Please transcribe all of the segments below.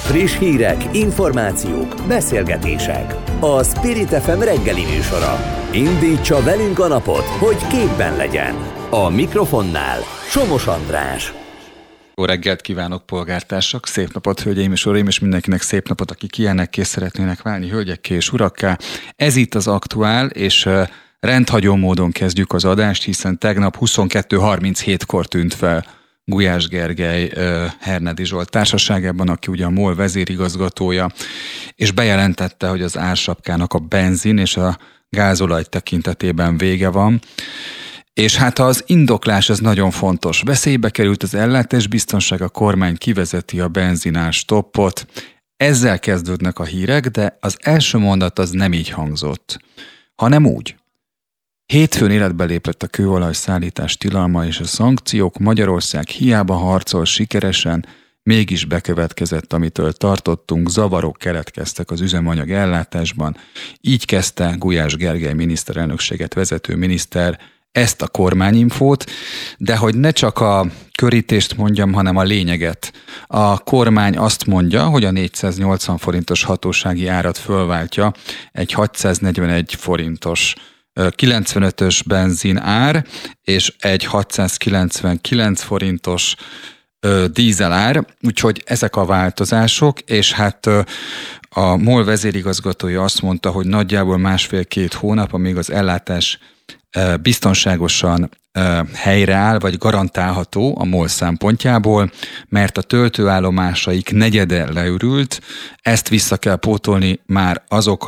Friss hírek, információk, beszélgetések. A Spirit FM reggeli műsora. Indítsa velünk a napot, hogy képben legyen. A mikrofonnál Somos András. Jó reggelt kívánok, polgártársak! Szép napot, hölgyeim és uraim, és mindenkinek szép napot, akik ilyenekké szeretnének válni, hölgyekké és urakká. Ez itt az Aktuál, és rendhagyó módon kezdjük az adást, hiszen tegnap 22:37-kor tűnt fel Gulyás Gergely Hernádi Zsolt társaságában, aki ugye a MOL vezérigazgatója, és bejelentette, hogy az ársapkának a benzin és a gázolaj tekintetében vége van. És hát az indoklás az nagyon fontos. Veszélybe került az ellátásbiztonság, a kormány kivezeti a benzinár stoppot. Ezzel kezdődnek a hírek, de az első mondat az nem így hangzott, hanem úgy. Hétfőn életbe lépett a kőolaj szállítás tilalma és a szankciók, Magyarország hiába harcol sikeresen, mégis bekövetkezett, amitől tartottunk, zavarok keletkeztek az üzemanyag ellátásban. Így kezdte Gulyás Gergely miniszterelnökséget vezető miniszter ezt a kormányinfót, de hogy ne csak a körítést mondjam, hanem a lényeget. A kormány azt mondja, hogy a 480 forintos hatósági árat fölváltja egy 641 forintos 95-ös benzin ár, és egy 699 forintos dízel ár, úgyhogy ezek a változások, és hát a MOL vezérigazgatója azt mondta, hogy nagyjából 1,5-2 hónap, amíg az ellátás biztonságosan helyreáll, vagy garantálható a MOL szempontjából, mert a töltőállomásaik negyede leürült, ezt vissza kell pótolni már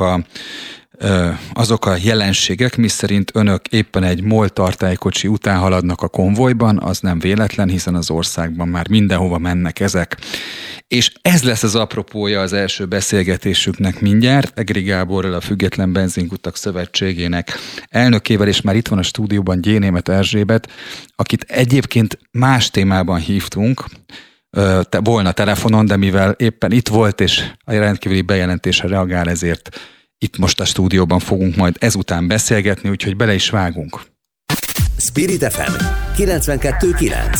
azok a jelenségek, miszerint önök éppen egy MOL tartálykocsi után haladnak a konvojban, az nem véletlen, hiszen az országban már mindenhova mennek ezek. És ez lesz az apropója az első beszélgetésüknek mindjárt, Egri Gáborral, a Független Benzinkutak Szövetségének elnökével, és már itt van a stúdióban Gyénémet Erzsébet, akit egyébként más témában hívtunk, volna telefonon, de mivel éppen itt volt, és a rendkívüli bejelentésre reagál, ezért itt most a stúdióban fogunk majd ezután beszélgetni, úgyhogy bele is vágunk. Spirit FM 92.9.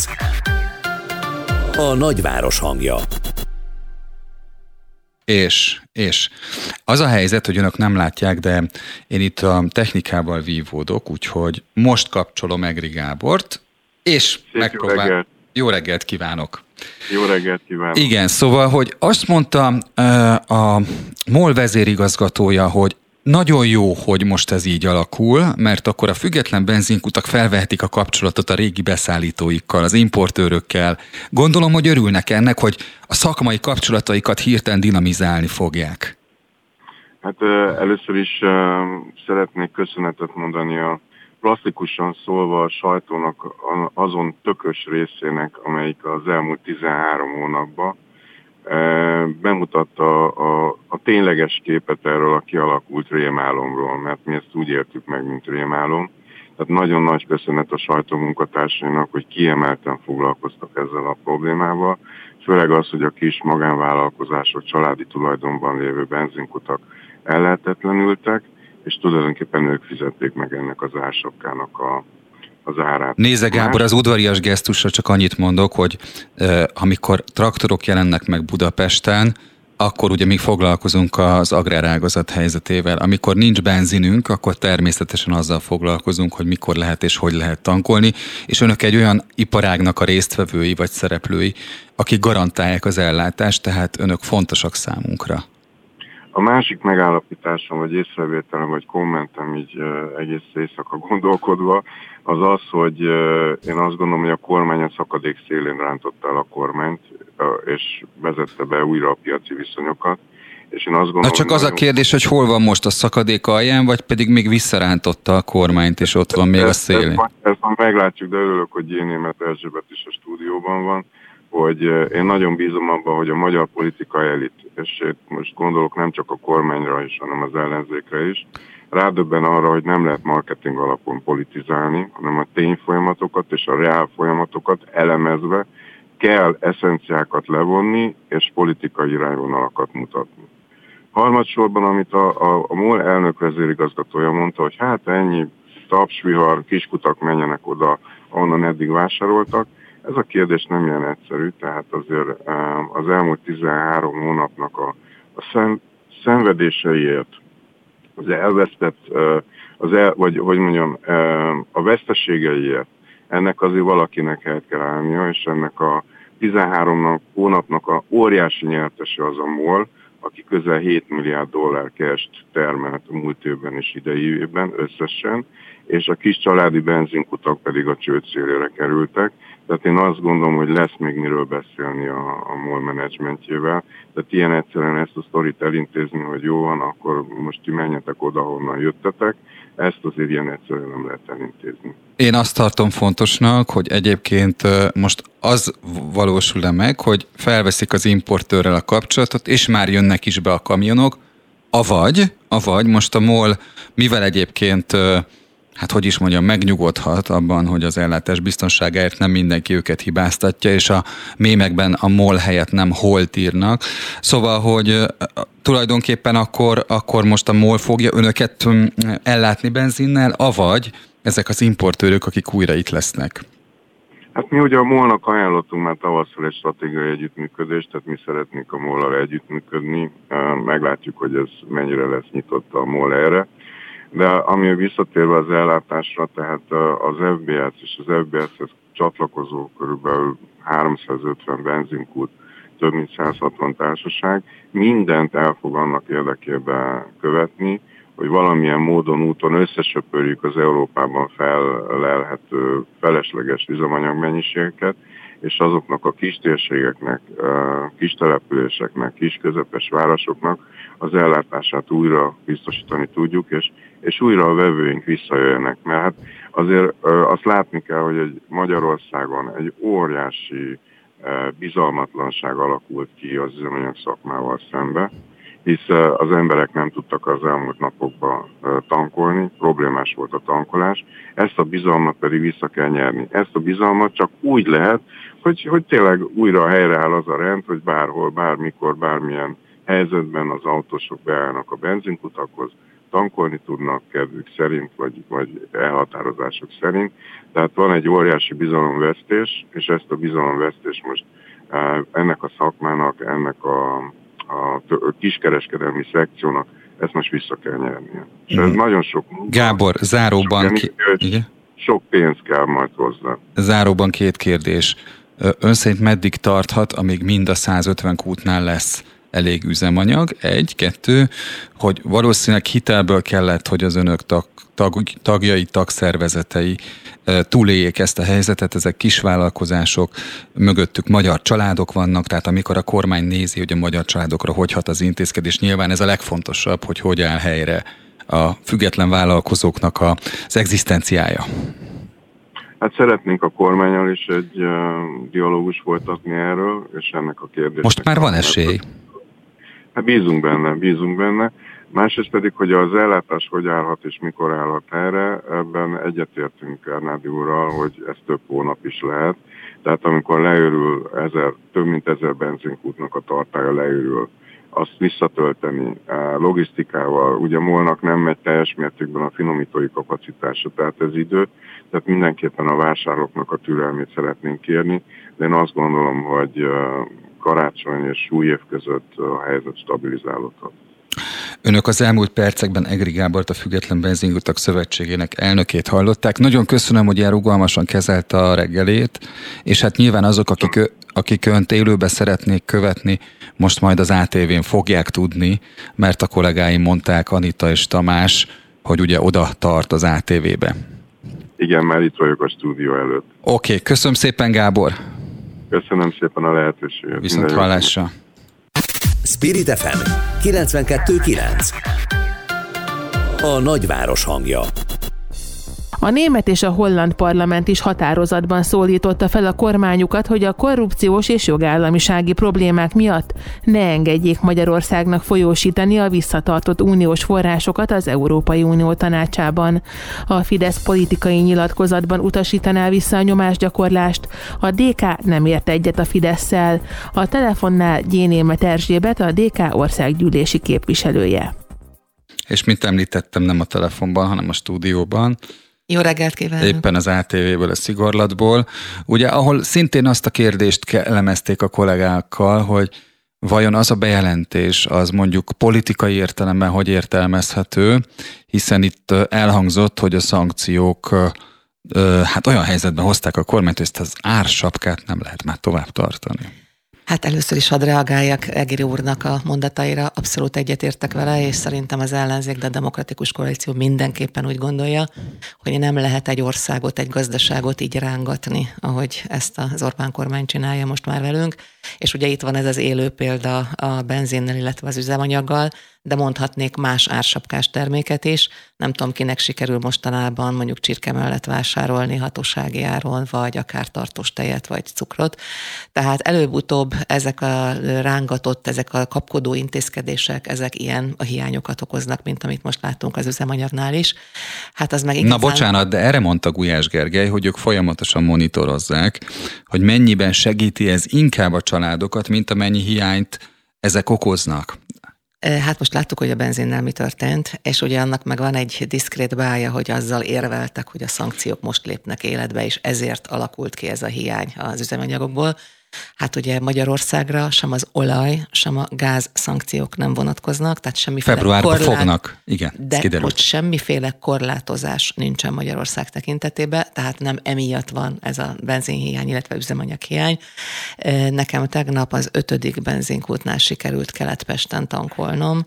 A nagyváros hangja. És az a helyzet, hogy önök nem látják, de én itt a technikával vívódok, úgyhogy most kapcsolom Egri Gábort, és megpróbál... Jó reggelt kívánok! Jó reggelt kívánok! Igen, szóval, hogy azt mondta a MOL vezérigazgatója, hogy nagyon jó, hogy most ez így alakul, mert akkor a független benzinkutak felvehetik a kapcsolatot a régi beszállítóikkal, az importőrökkel. Gondolom, hogy örülnek ennek, hogy a szakmai kapcsolataikat hirtelen dinamizálni fogják. Hát először is szeretnék köszönetet mondani a plastikusan szólva a sajtónak azon tökös részének, amelyik az elmúlt 13 hónapban bemutatta a tényleges képet erről a kialakult rémálomról, mert mi ezt úgy értük meg, mint rémálom. Tehát nagyon nagy köszönet a sajtó munkatársainak, hogy kiemelten foglalkoztak ezzel a problémával, főleg az, hogy a kis magánvállalkozások, családi tulajdonban lévő benzinkutak ellehetetlenültek, és tulajdonképpen ők fizették meg ennek az ársapkának az árát. Nézze Gábor, az udvarias gesztusra csak annyit mondok, hogy amikor traktorok jelennek meg Budapesten, akkor ugye mi foglalkozunk az agrárágazat helyzetével. Amikor nincs benzinünk, akkor természetesen azzal foglalkozunk, hogy mikor lehet és hogy lehet tankolni, és önök egy olyan iparágnak a résztvevői vagy szereplői, akik garantálják az ellátást, tehát önök fontosak számunkra. A másik megállapításom, vagy észrevételem, vagy kommentem így egész éjszaka gondolkodva, az az, hogy én azt gondolom, hogy a kormány a szakadék szélén rántotta el a kormányt, és vezette be újra a piaci viszonyokat. És én azt gondolom, csak az a kérdés, hogy hol van most a szakadék alján, vagy pedig még visszarántotta a kormányt, és ott van még a szélén? Ezt majd meglátjuk, de örülök, hogy Gyénémet Erzsébet is a stúdióban van, hogy én nagyon bízom abban, hogy a magyar politikai elit, és most gondolok nem csak a kormányra is, hanem az ellenzékre is, rádöbben arra, hogy nem lehet marketing alapon politizálni, hanem a tényfolyamatokat és a reál folyamatokat elemezve kell eszenciákat levonni és politikai irányvonalakat mutatni. Harmadsorban, amit a MOL elnök vezérigazgatója mondta, hogy hát ennyi tapsvihar, kiskutak menjenek oda, ahonnan eddig vásároltak, Ez a kérdés nem ilyen egyszerű, tehát azért az elmúlt 13 hónapnak a szenvedéseiért, az elvesztett, a veszteségeiért, ennek azért valakinek helyet kell állnia, és ennek a 13 hónapnak a óriási nyertese az a MOL, aki közel 7 milliárd dollár cash-t termelt a múlt évben és idei évben összesen, és a kis családi benzinkutak pedig a csőd szélére kerültek. Tehát én azt gondolom, hogy lesz még miről beszélni a MOL menedzsmentjével. Tehát ilyen egyszerűen ezt a sztorit elintézni, hogy jó van, akkor most ti menjetek oda, honnan jöttetek. Ezt azért ilyen egyszerűen nem lehet elintézni. Én azt tartom fontosnak, hogy egyébként most az valósul-e meg, hogy felveszik az importőrrel a kapcsolatot, és már jönnek is be a kamionok, avagy most a MOL, mivel egyébként megnyugodhat abban, hogy az ellátás biztonságáért nem mindenki őket hibáztatja, és a mémekben a MOL helyett nem holt írnak. Szóval, hogy tulajdonképpen akkor most a MOL fogja önöket ellátni benzinnel, avagy ezek az importőrök, akik újra itt lesznek. Hát mi ugye a MOL-nak ajánlottunk már tavasszal egy stratégiai együttműködést, tehát mi szeretnénk a MOL-al együttműködni. Meglátjuk, hogy ez mennyire lesz nyitott a MOL erre. De ami visszatérve az ellátásra, tehát az FBS és az FBS-hez csatlakozó körülbelül 350 benzinkút, több mint 160 társaság mindent el fog annak érdekében követni, hogy valamilyen módon, úton összesöpörjük az Európában fellelhető felesleges üzemanyagmennyiségeket, és azoknak a kis térségeknek, kis településeknek, kis közepes városoknak az ellátását újra biztosítani tudjuk, és újra a vevőink visszajöjjenek. Mert hát azért azt látni kell, hogy egy Magyarországon egy óriási bizalmatlanság alakult ki az üzemanyag szakmával szembe, hisz az emberek nem tudtak az elmúlt napokban tankolni, problémás volt a tankolás, ezt a bizalmat pedig vissza kell nyerni. Ezt a bizalmat csak úgy lehet, hogy tényleg újra helyreáll az a rend, hogy bárhol, bármikor, bármilyen helyzetben az autósok beállnak a benzinkutakhoz, tankolni tudnak kedvük szerint, vagy elhatározások szerint. Tehát van egy óriási bizalomvesztés, és ezt a bizalomvesztést most ennek a szakmának, ennek a kiskereskedelmi szekciónak ezt most vissza kell nyernie. És ez nagyon sok... Gábor, záróban... Sok pénz kell majd hozzá. Záróban 2 kérdés. Ön szerint meddig tarthat, amíg mind a 150 kútnál lesz elég üzemanyag? 1, 2, hogy valószínűleg hitelből kellett, hogy az önök tagjai, tagszervezetei túléljék ezt a helyzetet, ezek kisvállalkozások, mögöttük magyar családok vannak, tehát amikor a kormány nézi, hogy a magyar családokra hogy hat az intézkedés, nyilván ez a legfontosabb, hogy áll helyre a független vállalkozóknak az egzisztenciája. Hát szeretnénk a kormánnyal is egy dialógus folytatni erről, és ennek a kérdésnek... Most már van esély. Hát bízunk benne. Másrészt pedig, hogy az ellátás hogy állhat és mikor állhat erre, ebben egyetértünk Árnádi úrral, hogy ez több hónap is lehet. Tehát amikor leőrül több mint 1000 benzinkútnak a tartálya leőrül, azt visszatölteni logisztikával, ugye MOL-nak nem megy teljes mértékben a finomítói kapacitása, tehát ez idő, tehát mindenképpen a vásárlóknak a türelmét szeretnénk kérni, de én azt gondolom, hogy karácsony és új év között a helyzet stabilizálódhat. Önök az elmúlt percekben Egri Gábort, a Független Benzinkutak Szövetségének elnökét hallották. Nagyon köszönöm, hogy ilyen rugalmasan kezelte a reggelét, és hát nyilván azok, akik önt élőben szeretnék követni, most majd az ATV-n fogják tudni, mert a kollégáim mondták, Anita és Tamás, hogy ugye oda tart az ATV-be. Igen, már itt vagyok a stúdió előtt. Oké, köszönöm szépen, Gábor. Köszönöm szépen a lehetőséget. Viszont hallásra. Spirit FM 92.9. A nagyváros hangja. A német és a holland parlament is határozatban szólította fel a kormányukat, hogy a korrupciós és jogállamisági problémák miatt ne engedjék Magyarországnak folyósítani a visszatartott uniós forrásokat az Európai Unió tanácsában. A Fidesz politikai nyilatkozatban utasítaná vissza a nyomásgyakorlást, a DK nem ért egyet a Fidesszel. A telefonnál Gyénémet Erzsébet, a DK országgyűlési képviselője. És mint említettem, nem a telefonban, hanem a stúdióban Jó reggelt kívánok! Éppen az ATV-ből, a Szigorlatból, ugye, ahol szintén azt a kérdést elemezték a kollégákkal, hogy vajon az a bejelentés, az mondjuk politikai értelemben hogy értelmezhető, hiszen itt elhangzott, hogy a szankciók hát olyan helyzetben hozták a kormányt, hogy ezt az ársapkát nem lehet már tovább tartani. Hát először is hadd reagáljak Egeri úrnak a mondataira, abszolút egyetértek vele, és szerintem az ellenzék, de a demokratikus koalíció mindenképpen úgy gondolja, hogy nem lehet egy országot, egy gazdaságot így rángatni, ahogy ezt az Orbán kormány csinálja most már velünk, és ugye itt van ez az élő példa a benzinnel, illetve az üzemanyaggal, de mondhatnék más ársapkás terméket is. Nem tudom, kinek sikerül mostanában mondjuk csirke mellett vásárolni hatósági áron, vagy akár tartós tejet, vagy cukrot. Tehát előbb-utóbb ezek a rángatott, ezek a kapkodó intézkedések, ezek ilyen a hiányokat okoznak, mint amit most láttunk az üzemanyagnál is. Hát az meg igazán... Na bocsánat, de erre mondta Gulyás Gergely, hogy ők folyamatosan monitorozzák, hogy mennyiben segíti ez inkább a családokat, mint amennyi hiányt ezek okoznak. Hát most láttuk, hogy a benzinnel mi történt, és ugye annak meg van egy diszkrét bája, hogy azzal érveltek, hogy a szankciók most lépnek életbe, és ezért alakult ki ez a hiány az üzemanyagokból. Hát ugye Magyarországra sem az olaj, sem a gáz szankciók nem vonatkoznak, tehát semmiféle februárban fognak, igen, de kiderült. Most semmiféle korlátozás nincsen Magyarország tekintetében, tehát nem emiatt van ez a benzinhiány, illetve üzemanyaghiány. Nekem tegnap az 5. benzinkútnál sikerült Kelet-Pesten tankolnom,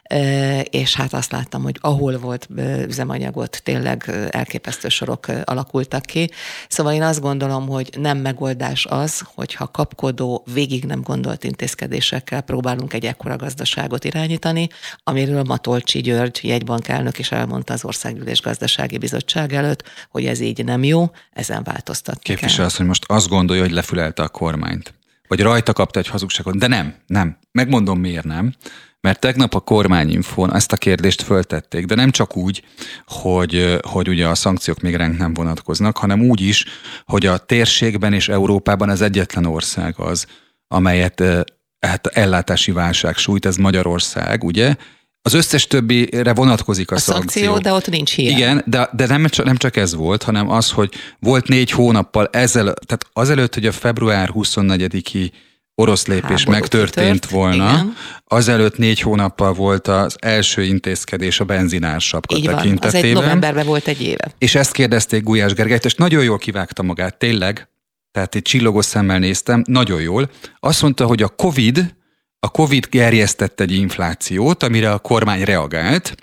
és hát azt láttam, hogy ahol volt üzemanyagot, tényleg elképesztő sorok alakultak ki. Szóval én azt gondolom, hogy nem megoldás az, hogyha kapkodó, végig nem gondolt intézkedésekkel próbálunk egy ekkora gazdaságot irányítani, amiről Matolcsy György jegybankelnök is elmondta az Országgyűlés Gazdasági Bizottság előtt, hogy ez így nem jó, ezen változtatni kell. Képviselő azt, hogy most azt gondolja, hogy lefülelte a kormányt. Vagy rajta kapta egy hazugságot. De nem. Megmondom, miért nem. Mert tegnap a kormányinfón ezt a kérdést föltették, de nem csak úgy, hogy ugye a szankciók még ránk nem vonatkoznak, hanem úgy is, hogy a térségben és Európában az egyetlen ország az, amelyet hát ellátási válság sújt, ez Magyarország, ugye? Az összes többire vonatkozik a szankció. De ott nincs hiány. Igen, de nem csak ez volt, hanem az, hogy volt 4 hónappal tehát azelőtt, hogy a február 24-i orosz lépés megtörtént volna, igen. Azelőtt 4 hónappal volt az első intézkedés a benzinársapka tekintetében. Az egy novemberben volt egy éve. És ezt kérdezték Gulyás Gergelyt, és nagyon jól kivágta magát, tényleg, tehát egy csillogó szemmel néztem, nagyon jól. Azt mondta, hogy a Covid gerjesztett egy inflációt, amire a kormány reagált,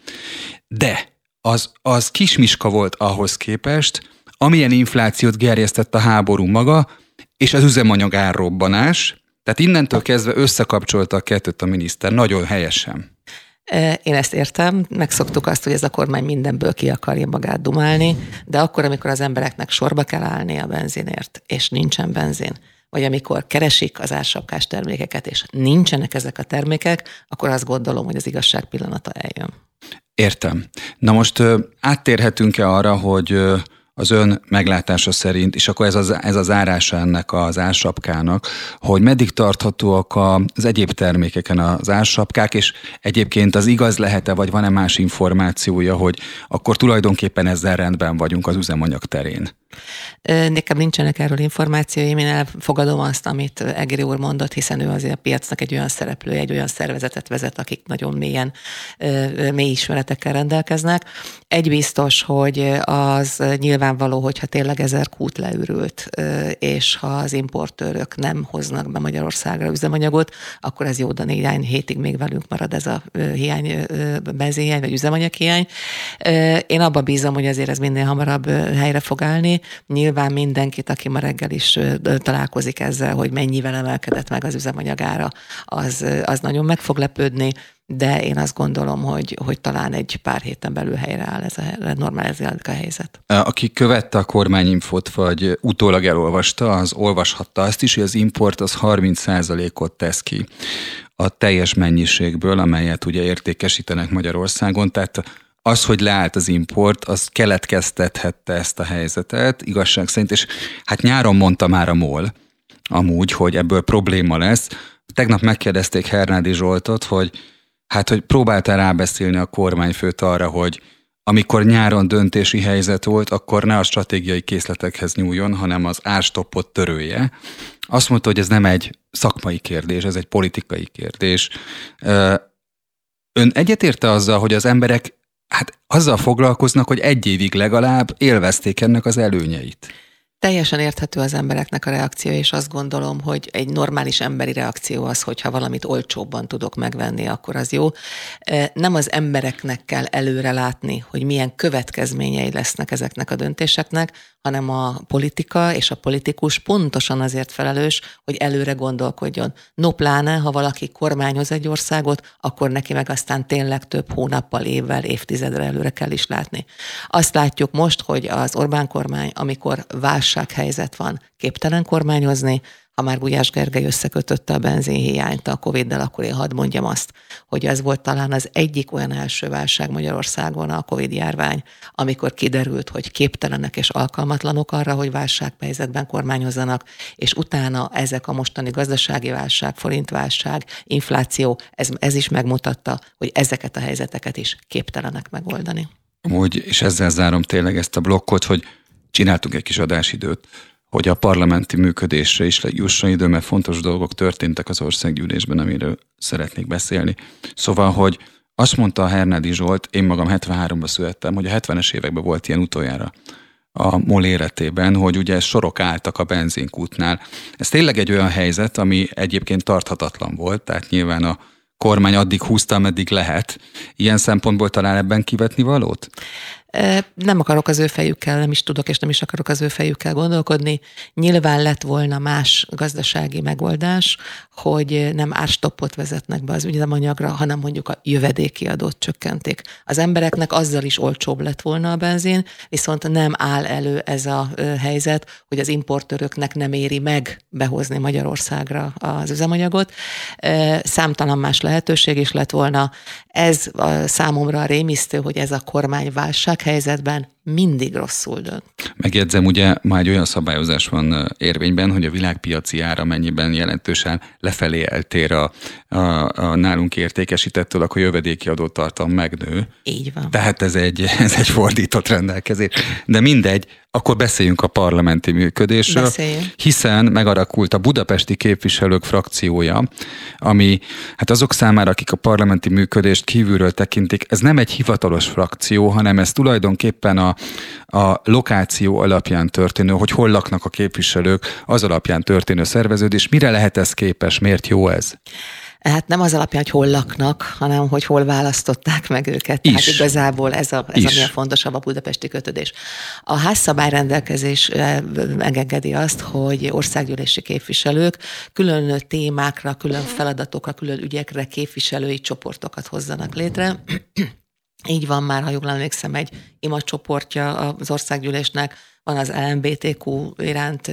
de az kismiska volt ahhoz képest, amilyen inflációt gerjesztett a háború maga, és az üzemanyag árrobbanás. Tehát innentől kezdve összekapcsolta a kettőt a miniszter, nagyon helyesen. Én ezt értem, megszoktuk azt, hogy ez a kormány mindenből ki akarja magát dumálni, de akkor, amikor az embereknek sorba kell állni a benzinért, és nincsen benzin, vagy amikor keresik az ársapkás termékeket, és nincsenek ezek a termékek, akkor azt gondolom, hogy az igazság pillanata eljön. Értem. Na most áttérhetünk-e arra, hogy az ön meglátása szerint, és akkor ez az árása ennek az ársapkának, hogy meddig tarthatóak az egyéb termékeken az ársapkák, és egyébként az igaz lehet-e, vagy van-e más információja, hogy akkor tulajdonképpen ezzel rendben vagyunk az üzemanyag terén? Nekem nincsenek erről információim, én elfogadom azt, amit Egeri úr mondott, hiszen ő azért a piacnak egy olyan szereplője, egy olyan szervezetet vezet, akik nagyon mély ismeretekkel rendelkeznek. Egy biztos, hogy az nyilvánvaló, hogyha tényleg 1000 kút leürült, és ha az importőrök nem hoznak be Magyarországra üzemanyagot, akkor ez jó, de 4 hétig még velünk marad ez a hiány, benzinhiány vagy üzemanyaghiány. Én abba bízom, hogy azért ez minél hamarabb helyre fog állni. Nyilván mindenkit, aki ma reggel is találkozik ezzel, hogy mennyivel emelkedett meg az üzemanyagára, az nagyon meg fog lepődni, de én azt gondolom, hogy talán egy pár héten belül helyreáll normalizálódik a helyzet. Aki követte a kormányinfót, vagy utólag elolvasta, az olvashatta azt is, hogy az import az 30%-ot tesz ki a teljes mennyiségből, amelyet ugye értékesítenek Magyarországon, tehát az, hogy leállt az import, az keletkeztethette ezt a helyzetet, igazság szerint, és hát nyáron mondta már a MOL amúgy, hogy ebből probléma lesz. Tegnap megkérdezték Hernádi Zsoltot, hogy próbálta rábeszélni a kormányfőt arra, hogy amikor nyáron döntési helyzet volt, akkor ne a stratégiai készletekhez nyúljon, hanem az árstoppot törölje. Azt mondta, hogy ez nem egy szakmai kérdés, ez egy politikai kérdés. Ön egyetérte azzal, hogy az emberek azzal foglalkoznak, hogy egy évig legalább élvezték ennek az előnyeit? Teljesen érthető az embereknek a reakció, és azt gondolom, hogy egy normális emberi reakció az, hogyha valamit olcsóbban tudok megvenni, akkor az jó. Nem az embereknek kell előre látni, hogy milyen következményei lesznek ezeknek a döntéseknek, hanem a politika és a politikus pontosan azért felelős, hogy előre gondolkodjon. No pláne, ha valaki kormányoz egy országot, akkor neki meg aztán tényleg több hónappal, évvel, évtizedre előre kell is látni. Azt látjuk most, hogy az Orbán kormány, amikor válsághelyzet van, képtelen kormányozni. Ha már Gulyás Gergely összekötötte a benzinhiányt a Covid-del, akkor én hadd mondjam azt, hogy ez volt talán az egyik olyan első válság Magyarországon, a Covid-járvány, amikor kiderült, hogy képtelenek és alkalmatlanok arra, hogy válsághelyzetben kormányozzanak, és utána ezek a mostani gazdasági válság, forintválság, infláció, ez is megmutatta, hogy ezeket a helyzeteket is képtelenek megoldani. És ezzel zárom tényleg ezt a blokkot, hogy csináltunk egy kis adásidőt, hogy a parlamenti működésre is jusson idő, mert fontos dolgok történtek az országgyűlésben, amiről szeretnék beszélni. Szóval, hogy azt mondta a Hernádi Zsolt, én magam 73-ban születtem, hogy a 70-es években volt ilyen utoljára a MOL életében, hogy ugye sorok álltak a benzinkútnál. Ez tényleg egy olyan helyzet, ami egyébként tarthatatlan volt, tehát nyilván a kormány addig húzta, ameddig lehet. Ilyen szempontból talán ebben kivetni valót? Nem akarok az ő fejükkel, nem is tudok, és nem is akarok az ő fejükkel gondolkodni. Nyilván lett volna más gazdasági megoldás, hogy nem árstoppot vezetnek be az üzemanyagra, hanem mondjuk a jövedéki adót csökkentik. Az embereknek azzal is olcsóbb lett volna a benzin, viszont nem áll elő ez a helyzet, hogy az importőröknek nem éri meg behozni Magyarországra az üzemanyagot. Számtalan más lehetőség is lett volna. Ez számomra rémisztő, hogy ez a kormány válsághelyzetben mindig rosszul dönt. Megjegyzem, ugye már egy olyan szabályozás van érvényben, hogy a világpiaci ára mennyiben jelentősen lefelé eltér a nálunk értékesítettől, akkor jövedéki adótartalom megnő. Így van. Tehát ez egy fordított rendelkezés. De mindegy, akkor beszéljünk a parlamenti működésről. Beszéljünk. Hiszen megalakult a budapesti képviselők frakciója, ami azok számára, akik a parlamenti működést kívülről tekintik, ez nem egy hivatalos frakció, hanem ez tulajdonképpen a lokáció alapján történő, hogy hol laknak a képviselők, az alapján történő szerveződés. Mire lehet ez képes? Miért jó ez? Hát nem az alapján, hogy hol laknak, hanem hogy hol választották meg őket. Tehát igazából ez ami a fontosabb, a budapesti kötődés. A házszabályrendelkezés megengedi azt, hogy országgyűlési képviselők külön témákra, külön feladatokra, külön ügyekre képviselői csoportokat hozzanak létre. Így van már, ha jól emlékszem, egy IMA csoportja az országgyűlésnek, van az LMBTQ iránt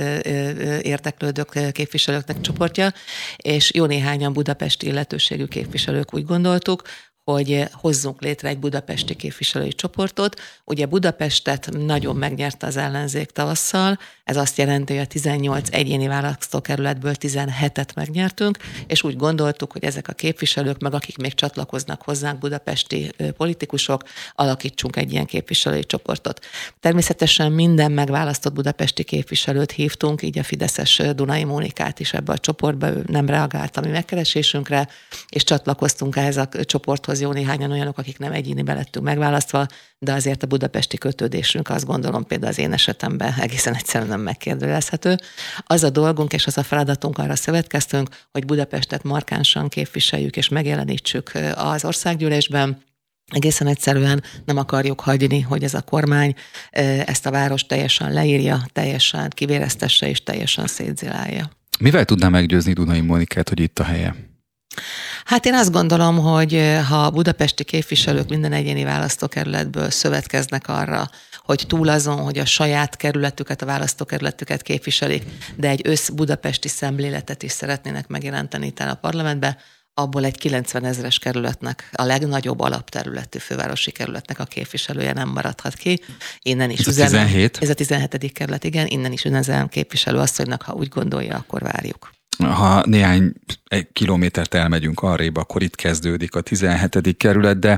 érdeklődők képviselőknek csoportja, és jó néhányan budapesti illetőségű képviselők úgy gondoltuk, hogy hozzunk létre egy budapesti képviselői csoportot. Ugye Budapestet nagyon megnyerte az ellenzék tavasszal, ez azt jelenti, hogy a 18 egyéni választókerületből 17-et megnyertünk, és úgy gondoltuk, hogy ezek a képviselők, meg akik még csatlakoznak hozzánk, budapesti politikusok, alakítsunk egy ilyen képviselői csoportot. Természetesen minden megválasztott budapesti képviselőt hívtunk, így a fideszes Dunai Mónikát is ebbe a csoportba, ő nem reagált a mi megkeresésünkre, és csatlakoztunk ehhez a csoporthoz jó néhányan olyanok, akik nem egyénibe lettünk megválasztva, de azért a budapesti kötődésünk, azt gondolom például az én esetemben egészen egyszerűen nem megkérdőjelezhető. Az a dolgunk és az a feladatunk, arra szövetkeztünk, hogy Budapestet markánsan képviseljük és megjelenítsük az országgyűlésben. Egészen egyszerűen nem akarjuk hagyni, hogy ez a kormány ezt a várost teljesen leírja, teljesen kivéreztesse és teljesen szétzilálja. Mivel tudná meggyőzni Dunai Mónikát, hogy itt a helye? Hát én azt gondolom, hogy ha a budapesti képviselők minden egyéni választókerületből szövetkeznek arra, hogy túl azon, hogy a saját kerületüket, a választókerületüket képviselik, de egy összbudapesti szemléletet is szeretnének megjelenteni itt a parlamentbe, abból egy 90 000-es kerületnek, a legnagyobb alapterületű fővárosi kerületnek a képviselője nem maradhat ki. Innen is ez a 17? Ez a 17. kerület, igen, innen is üzenem képviselő asszonynak, ha úgy gondolja, akkor várjuk. ha néhány kilométert elmegyünk arrébb, akkor itt kezdődik a 17. kerület, de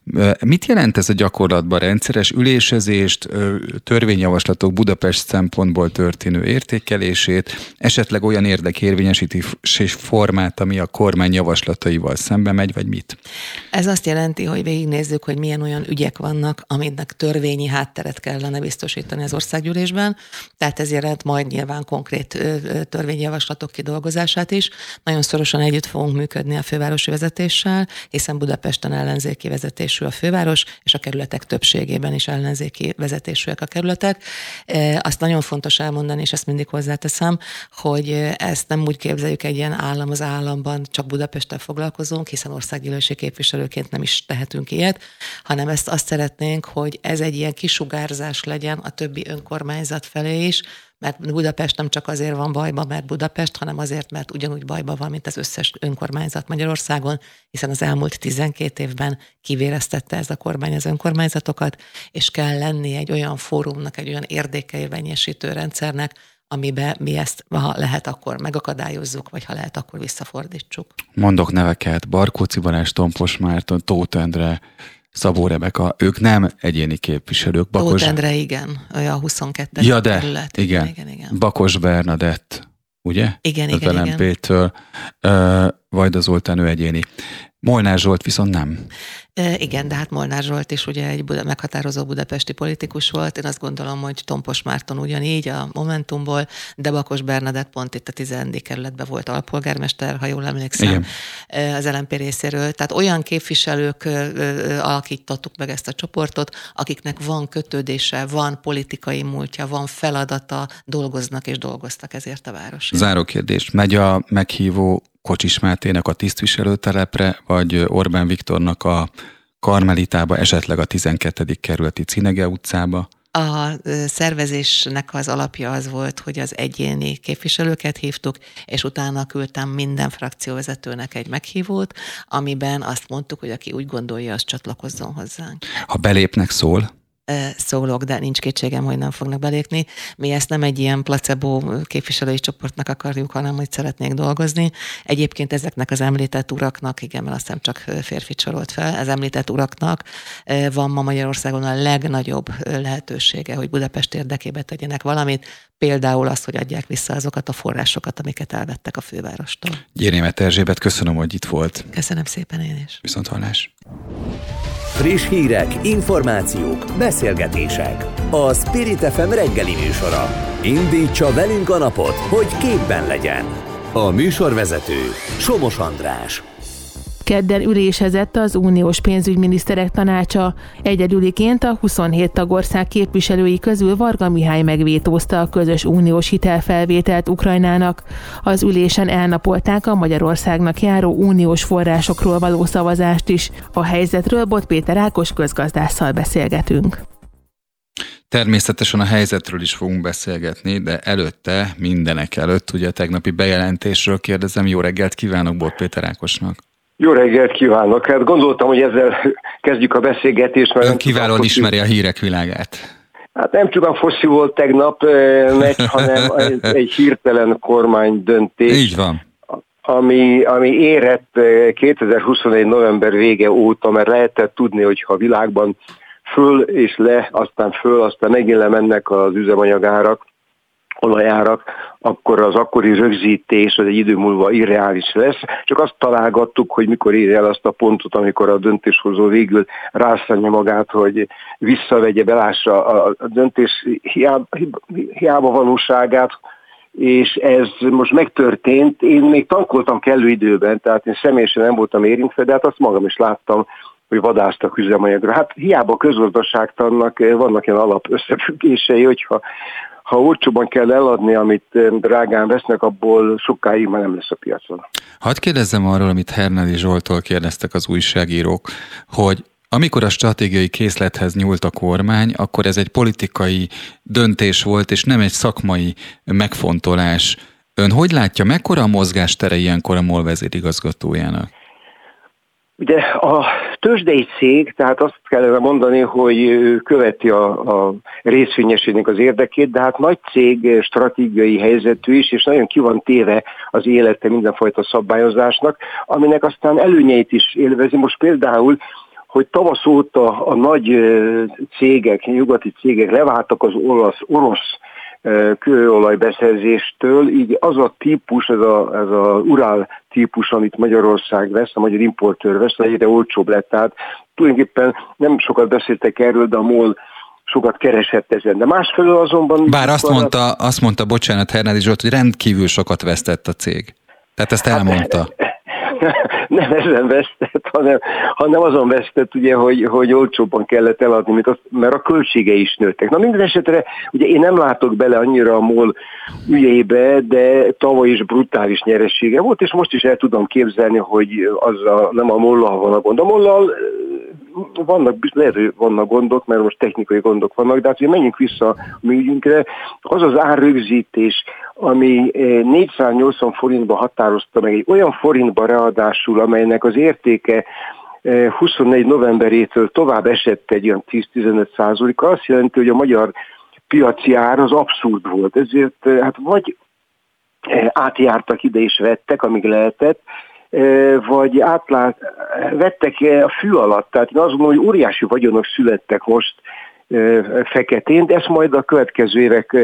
mit jelent ez a gyakorlatban? Rendszeres ülésezést, törvényjavaslatok Budapest szempontból történő értékelését, esetleg olyan érdekérvényesítés formát, ami a kormány javaslataival szembe megy, vagy mit? Ez azt jelenti, hogy végignézzük, hogy milyen olyan ügyek vannak, aminek törvényi hátteret kellene biztosítani az országgyűlésben, tehát ez jelent majd nyilván konkrét törvényjavaslatok kidolgozását is. Nagyon szorosan együtt fogunk működni a fővárosi vezetéssel, hiszen Budapesten ellenzéki vezetésű a főváros, és a kerületek többségében is ellenzéki vezetésűek a kerületek. Azt nagyon fontos elmondani, és ezt mindig hozzáteszem, hogy ezt nem úgy képzeljük egy ilyen állam az államban, csak Budapesttel foglalkozunk, hiszen országgyűlési képviselőként nem is tehetünk ilyet, hanem ezt azt szeretnénk, hogy ez egy ilyen kisugárzás legyen a többi önkormányzat felé is, mert Budapest nem csak azért van bajba, mert Budapest, hanem azért, mert ugyanúgy bajba van, mint az összes önkormányzat Magyarországon, hiszen az elmúlt 12 évben kivéreztette ez a kormány az önkormányzatokat, és kell lenni egy olyan fórumnak, egy olyan érdekérvényesítő rendszernek, amiben mi ezt, ha lehet, akkor megakadályozzuk, vagy ha lehet, akkor visszafordítsuk. Mondok neveket: Barkóczy Balázs, Tompos Márton, Tóth Endre, Szabó Rebeka, ők nem egyéni képviselők. Tóth Endre, igen, olyan 22. Ja, de, kerület. Igen. Bakos Bernadett, ugye? Igen. Az LMP-től, Vajda Zoltán, ő egyéni. Molnár Zsolt viszont nem. Igen, de hát Molnár Zsolt is ugye egy meghatározó budapesti politikus volt. Én azt gondolom, hogy Tompos Márton ugyanígy a Momentumból, de Bakos Bernadett pont itt a 10. kerületben volt alpolgármester, ha jól emlékszem, igen, az LMP részéről. Tehát olyan képviselők alakítottuk meg ezt a csoportot, akiknek van kötődése, van politikai múltja, van feladata, dolgoznak és dolgoztak ezért a városért. Záró kérdés: megy a meghívó Kocsis Mátének a tisztviselőtelepre, vagy Orbán Viktornak a Karmelitába, esetleg a 12. kerületi Cinege utcába? A szervezésnek az alapja az volt, hogy az egyéni képviselőket hívtuk, és utána küldtem minden frakcióvezetőnek egy meghívót, amiben azt mondtuk, hogy aki úgy gondolja, az csatlakozzon hozzánk. Ha belépnek, szól? Szólok, de nincs kétségem, hogy nem fognak belépni. Mi ezt nem egy ilyen placebo képviselői csoportnak akarjuk, hanem hogy szeretnénk dolgozni. Egyébként ezeknek az említett uraknak, igen, mert azt hiszem csak férfit sorolt fel, az említett uraknak van ma Magyarországon a legnagyobb lehetősége, hogy Budapest érdekébe tegyenek valamit, például azt, hogy adják vissza azokat a forrásokat, amiket elvettek a fővárostól. Gyérémet Erzsébet, köszönöm, hogy itt volt. Köszönöm szépen én is. Viszonthallás. Friss hírek, információk, beszélgetések. A Spirit FM reggeli műsora. Indítsa velünk a napot, hogy képben legyen. A műsorvezető Somos András. Kedden ülésezett az uniós pénzügyminiszterek tanácsa. Egyedüliként a 27 tagország képviselői közül Varga Mihály megvétózta a közös uniós hitelfelvételt Ukrajnának. Az ülésen elnapolták a Magyarországnak járó uniós forrásokról való szavazást is. A helyzetről Bot Péter Ákos közgazdásszal beszélgetünk. Természetesen a helyzetről is fogunk beszélgetni, de előtte, mindenek előtt, ugye a tegnapi bejelentésről kérdezem. Jó reggelt kívánok Bot Péter Ákosnak! Jó reggelt kívánok! Hát gondoltam, hogy ezzel kezdjük a beszélgetést. Ön kiválóan ismeri a hírek világát. Hát nem csak a foszi volt tegnap meccs, hanem egy hirtelen kormány döntés. Így van. Ami érett 2021. november vége óta, mert lehetett tudni, hogy ha a világban föl és le, aztán megint lemennek az üzemanyagárak, olajárak, akkor az akkori rögzítés az egy idő múlva irreális lesz. Csak azt találgattuk, hogy mikor ér el azt a pontot, amikor a döntéshozó végül rászánja magát, hogy visszavegye, belássa a döntés hiába valóságát, és ez most megtörtént. Én még tankoltam kellő időben, tehát én személyesen nem voltam érintve, de hát azt magam is láttam, hogy vadásztak üzemanyagra. Hát hiába közgazdaságtannak vannak ilyen alap összefüggései, hogyha olcsóban kell eladni, amit drágán vesznek, abból sokáig már nem lesz a piacon. Hadd kérdezzem arról, amit Hernedi Zsolttól kérdeztek az újságírók, hogy amikor a stratégiai készlethez nyúlt a kormány, akkor ez egy politikai döntés volt, és nem egy szakmai megfontolás. Ön hogy látja, mekkora a mozgástere ilyenkor a MOL vezérigazgatójának? Ugye a tőzsdei cég, tehát azt kellene mondani, hogy követi a részvényesének az érdekét, de hát nagy cég, stratégiai helyzetű is, és nagyon ki van téve az élete mindenfajta szabályozásnak, aminek aztán előnyeit is élvezi. Most például, hogy tavasz óta a nagy cégek, nyugati cégek leváltak az orosz kőolajbeszerzéstől, így az a típus, ez a Urál típus, amit Magyarország vesz, a magyar importőr vesz, egyre olcsóbb lett. Tehát tulajdonképpen nem sokat beszéltek erről, de a MOL sokat keresett ezen. De másfelől azonban... Bár azt mondta, bocsánat, Hernádi Zsolt, hogy rendkívül sokat vesztett a cég. Tehát ezt elmondta. Nem ezen vesztett, hanem azon vesztett, ugye, hogy olcsóbban kellett eladni, mert a költségei is nőttek. Na minden esetre, ugye én nem látok bele annyira a MOL ügyeibe, de tavaly is brutális nyeressége volt, és most is el tudom képzelni, hogy nem a MOL-lal van a gond. A MOL-lal lehet, hogy vannak gondok, mert most technikai gondok vannak, de hát, hogy menjünk vissza a mi ügyünkre, az az árrögzítés, ami 480 forintba határozta meg, egy olyan forintba ráadásul, amelynek az értéke 24 novemberétől tovább esett egy olyan 10-15%-a, azt jelenti, hogy a magyar piaci ár az abszurd volt. Ezért hát vagy átjártak ide és vettek, amíg lehetett, vagy vettek a fű alatt. Tehát én azt gondolom, hogy óriási vagyonok születtek most feketén, de ezt majd a következő évek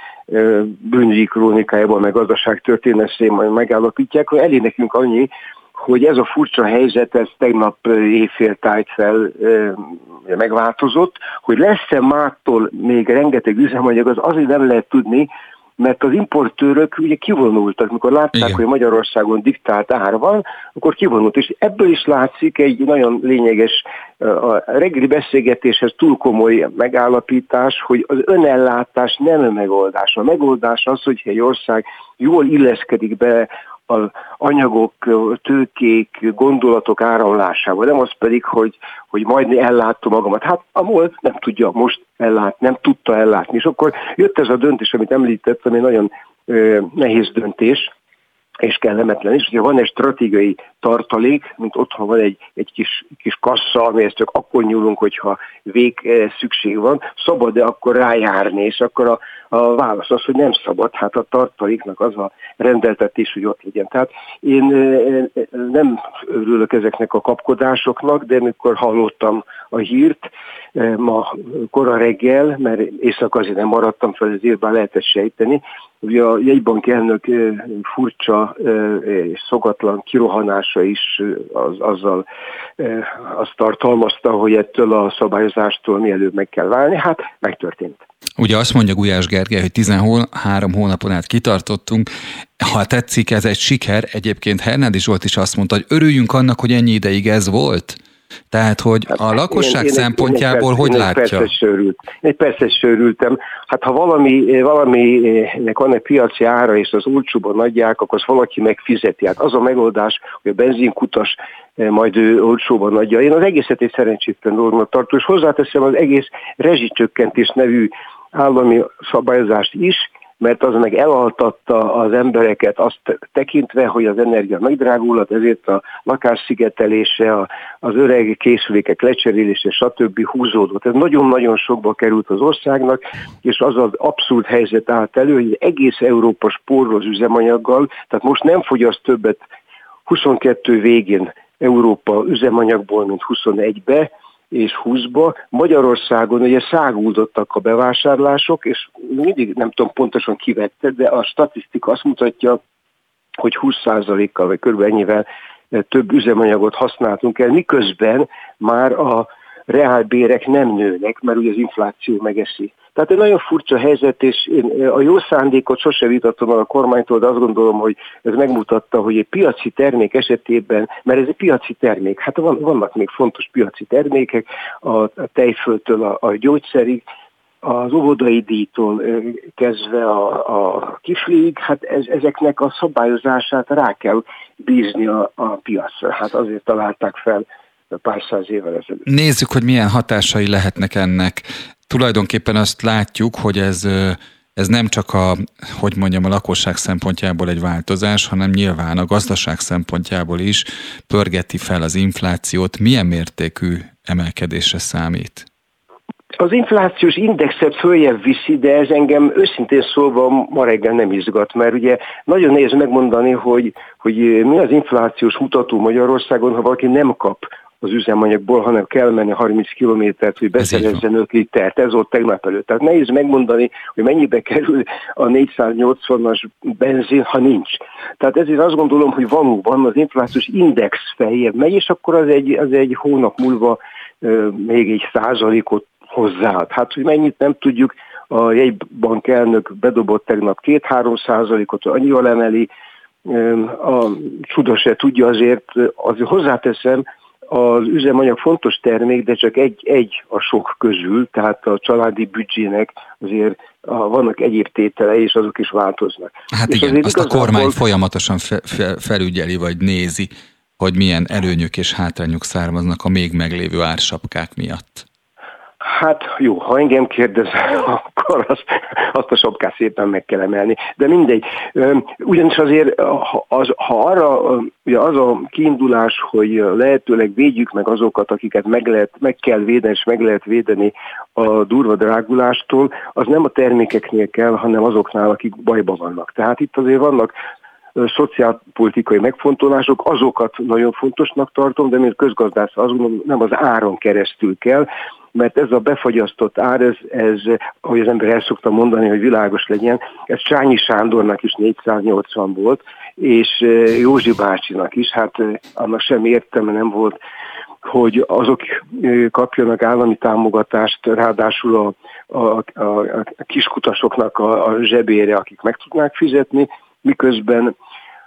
bűnügyi krónikájában, meg gazdaságtörténetén majd megállapítják, hogy elég nekünk annyi, hogy ez a furcsa helyzet, ez tegnap éjfél tájt fel megváltozott, hogy lesz-e mától még rengeteg üzemanyag, az azért nem lehet tudni, mert az importőrök ugye kivonultak, mikor látták, igen, hogy Magyarországon diktált ár van, akkor kivonult. És ebből is látszik egy nagyon lényeges, a reggeli beszélgetéshez túl komoly megállapítás, hogy az önellátás nem a megoldás. A megoldás az, hogyha egy ország jól illeszkedik be az anyagok, tőkék, gondolatok áramlásába, nem az pedig, hogy majd ellátom magamat. Hát a MOL nem tudja most ellátni, nem tudta ellátni. És akkor jött ez a döntés, amit említettem, egy nagyon nehéz döntés, és kellemetlen is, hogyha van egy stratégiai tartalék, mint otthon van egy kis kassa, amihez csak akkor nyúlunk, hogyha szükség van, szabad-e akkor rájárni, és akkor a válasz az, hogy nem szabad, hát a tartaléknak az a rendeltetés, hogy ott legyen. Tehát én nem örülök ezeknek a kapkodásoknak, de amikor hallottam a hírt ma kora reggel, mert éjszaka azért nem maradtam fel, ezért már lehetett sejteni, ugye a jegybank elnök furcsa és szokatlan kirohanása is azzal azt tartalmazta, hogy ettől a szabályozástól mielőbb meg kell válni. Hát megtörtént. Ugye azt mondja Gulyás Gergely, hogy 13 hónapon át kitartottunk. Ha tetszik, ez egy siker. Egyébként Hernádi Zsolt is azt mondta, hogy örüljünk annak, hogy ennyi ideig ez volt. Tehát, hogy a lakosság szempontjából hogy látja? Egy percet sőrültem. Hát ha valaminek van egy piaci ára, és az olcsóban adják, akkor azt valaki megfizeti. Hát az a megoldás, hogy a benzinkutas majd ő olcsóban adja. Én az egészet egy szerencsétlen dolognak tartom, és hozzáteszem az egész rezsicsökkentés nevű állami szabályozást is, mert az meg elaltatta az embereket azt tekintve, hogy az energia megdrágulhat, ezért a lakásszigetelése, az öreg készülékek lecserélése, stb. Húzódott. Ez nagyon-nagyon sokba került az országnak, és az az abszurd helyzet állt elő, hogy egész Európa spórol az üzemanyaggal, tehát most nem fogyaszt többet 22 végén Európa üzemanyagból, mint 21-be, és 20-ba. Magyarországon ugye száguldottak a bevásárlások, és mindig nem tudom pontosan kivette, de a statisztika azt mutatja, hogy 20%-kal vagy körülbelül ennyivel több üzemanyagot használtunk el, miközben már a reálbérek nem nőnek, mert ugye az infláció megeszi. Tehát egy nagyon furcsa helyzet, és én a jó szándékot sose vitattam a kormánytól, de azt gondolom, hogy ez megmutatta, hogy egy piaci termék esetében, mert ez egy piaci termék, hát vannak még fontos piaci termékek, a tejföltől a gyógyszerig, az óvodai díjtól kezdve a kifliig, hát ezeknek a szabályozását rá kell bízni a piacra. Hát azért találták fel pár száz évvel ezelőtt. Nézzük, hogy milyen hatásai lehetnek ennek. Tulajdonképpen azt látjuk, hogy ez ez nem csak a lakosság szempontjából egy változás, hanem nyilván a gazdaság szempontjából is pörgeti fel az inflációt. Milyen mértékű emelkedésre számít? Az inflációs indexet följebb viszi, de ez engem őszintén szólva ma reggel nem izgat, mert ugye nagyon nehéz megmondani, hogy mi az inflációs mutató Magyarországon, ha valaki nem kap az üzemanyagból, hanem kell menni 30 kilométert, hogy beszerezzen 5 litert. Ez volt tegnap előtt. Tehát nehéz megmondani, hogy mennyibe kerül a 480-as benzin, ha nincs. Tehát ezért azt gondolom, hogy valóban az inflációs index feljebb megy, és akkor az egy hónap múlva még egy 1%-ot hozzáad. Hát, hogy mennyit nem tudjuk, a jegybank elnök bedobott tegnap 2-3%-ot, annyival emeli, a csuda se tudja, azért hozzáteszem, az üzemanyag fontos termék, de csak egy a sok közül, tehát a családi büdzsének azért vannak egyéb tételei, és azok is változnak. Hát és igen, azt a kormány folyamatosan felügyeli, vagy nézi, hogy milyen előnyök és hátrányok származnak a még meglévő ársapkák miatt. Hát jó, ha engem kérdezel, akkor azt a sapkát szépen meg kell emelni. De mindegy. Ugyanis azért, ha arra ugye az a kiindulás, hogy lehetőleg védjük meg azokat, akiket meg kell védeni, és meg lehet védeni a durva drágulástól, az nem a termékeknél kell, hanem azoknál, akik bajban vannak. Tehát itt azért vannak szociálpolitikai megfontolások, azokat nagyon fontosnak tartom, de mint közgazdász azt gondolom, nem az áron keresztül kell, mert ez a befagyasztott ár, ez, ahogy az ember el szokta mondani, hogy világos legyen, ez Csányi Sándornak is 480 volt, és Józsi bácsinak is, hát annak semmi értelme nem volt, hogy azok kapjanak állami támogatást, ráadásul a kiskutasoknak a zsebére, akik meg tudnák fizetni, miközben